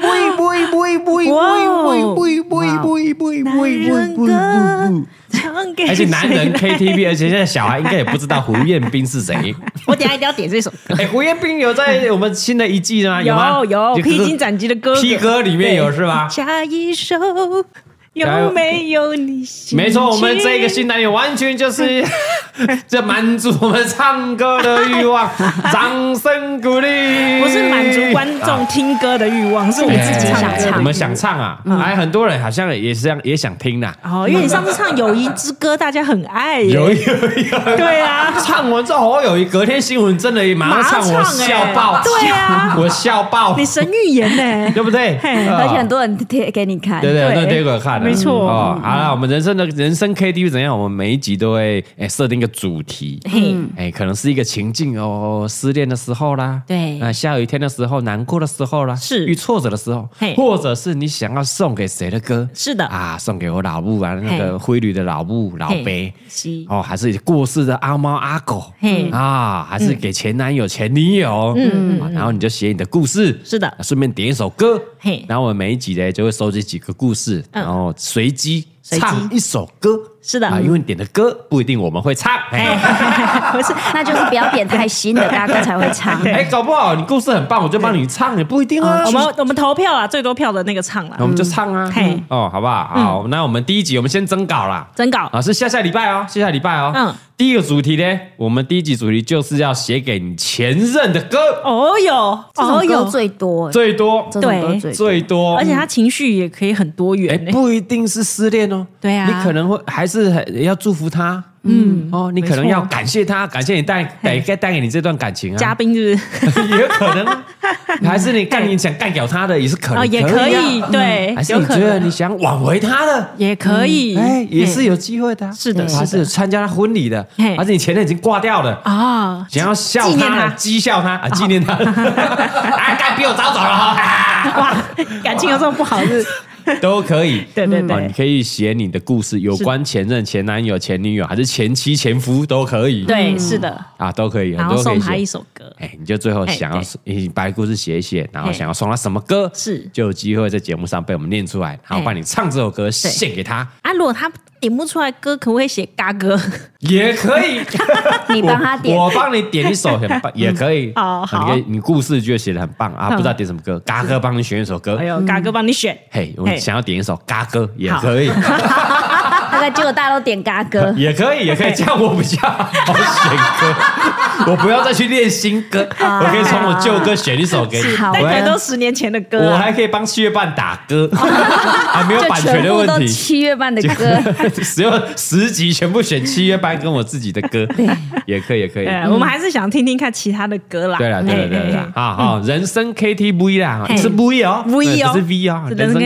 而且男人 KTV， 而且现在小孩应该也不知道胡彦斌是谁。 我等一下一定要点这首歌。 胡彦斌有在我们新的一季吗？ 有披荆斩棘的歌 ，P 歌里面有是吧？ 下一首。有没有你心情？ 没错，我们这个新单元完全就是这满足我们唱歌的欲望，掌声鼓励。 不是满足观众听歌的欲望，是我们自己想唱。 我们想唱啊，很多人好像也想听啦。 哦，因为你上次唱《友谊之歌》，大家很爱。 有。 对啊， 唱完之后，友谊隔天新闻真的马上唱，我笑爆。 对啊， 我笑爆。 你神预言呢？ 对不对？ 而且很多人贴给你看。 对，很多人贴给我看。 没错哦，好了，我们人生 KTV 怎样？我们每一集都会设定一个主题，可能是一个情境哦，失恋的时候啦， 对， 下雨天的时候，难过的时候啦， 是遇挫折的时候，或者是你想要送给谁的歌？ 是的啊，送给我老母啊，那个灰驴的老母老伯，哦，还是过世的阿猫阿狗，啊，还是给前男友前女友，然后你就写你的故事， 是的， 顺便点一首歌，然后我们每一集呢就会收集几个故事，然后随机唱一首歌， 是的因为你点的歌不一定我们会唱， 不是，那就是不要点太新的，大哥才会唱。 搞不好你故事很棒，我就帮你唱，也不一定啊。 我们投票啦，最多票的那个唱啦， 我们就唱啊。好不好？好，那我们第一集我们先征稿啦， 征稿啊，是下礼拜哦。第一个主题呢，我们第一集主题就是要写给你前任的歌。 哦哟， 最多， 对， 最多， 而且他情绪也可以很多元， 不一定是失恋哦。 对啊， 你可能会还是要祝福他。你可能要感谢他，感谢你带给你这段感情啊。 嘉宾是不是？ 也有可能，还是你想干掉他的也是可能， 也可以，对， 还是你觉得你想挽回他的也可以， 也是有机会的。是的，还是参加他婚礼的，还是你前任已经挂掉了啊，想要笑他、讥笑他啊，纪念他，该比我早走了哈。 哇，感情有这么不好是？ 都可以， 对， 你可以写你的故事，有关前任、前男友、前女友，还是前妻、前夫都可以。 对，是的， 都可以， 然后送他一首歌， 你就最后想要你把故事写一写，然后想要送他什么歌， 是就有机会在节目上被我们念出来，然后帮你唱这首歌献给他。 如果他点不出来歌，可不可以写嘎歌？ 也可以， 你帮他点， 我帮你点一首很棒，也可以。 好， 你故事就写得很棒啊，不知道点什么歌，嘎哥帮你选一首歌。 嘎哥帮你选。 我想要点一首嘎歌也可以。 结果大家都点嘎歌， 也可以，这样我比较好选歌，我不要再去练新歌，我可以从我旧歌选一首给你。 但可能都10年前的歌， 我还可以帮7月半打歌，还没有版权的问题。 7月半的歌， 只有10集全部选7月半跟我自己的歌，也可以。 我们还是想听听看其他的歌啦。 对了，好，人生 KTV 啦，是 V 哦，不是 V 啊， 人生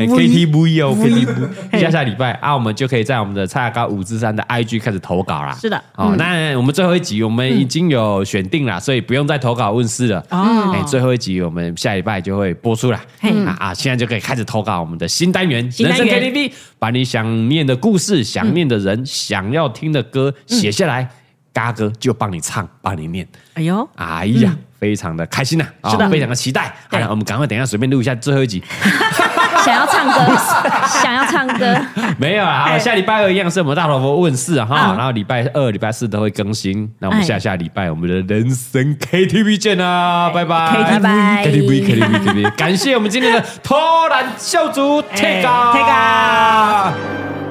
KTV 哦，KTV。下礼拜我们就可以在我们的蔡雅高5之3的 IG 开始投稿啦。 是的， 那我们最后一集我们已经有选定了，所以不用再投稿问世了。最后一集我们下礼拜就会播出了。现在就可以开始投稿我们的新单元人生 KTV， 把你想念的故事、想念的人、想要听的歌写下来，嘎哥就帮你唱，帮你念。哎呀，非常的开心呐！是的，非常的期待。好了，我们赶快等一下随便录一下最后一集。 想要唱歌， 没有啦。好，下礼拜2一样是我们大头佛问世哈，然后礼拜2、礼拜4都会更新。那我们下礼拜我们的人生 KTV 见啦，拜拜， 拜 KTV， 感谢我们今天的偷懒教主 Take。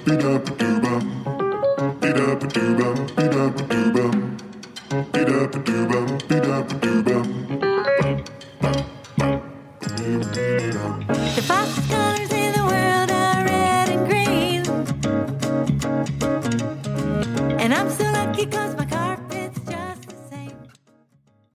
Be-da-ba-doo.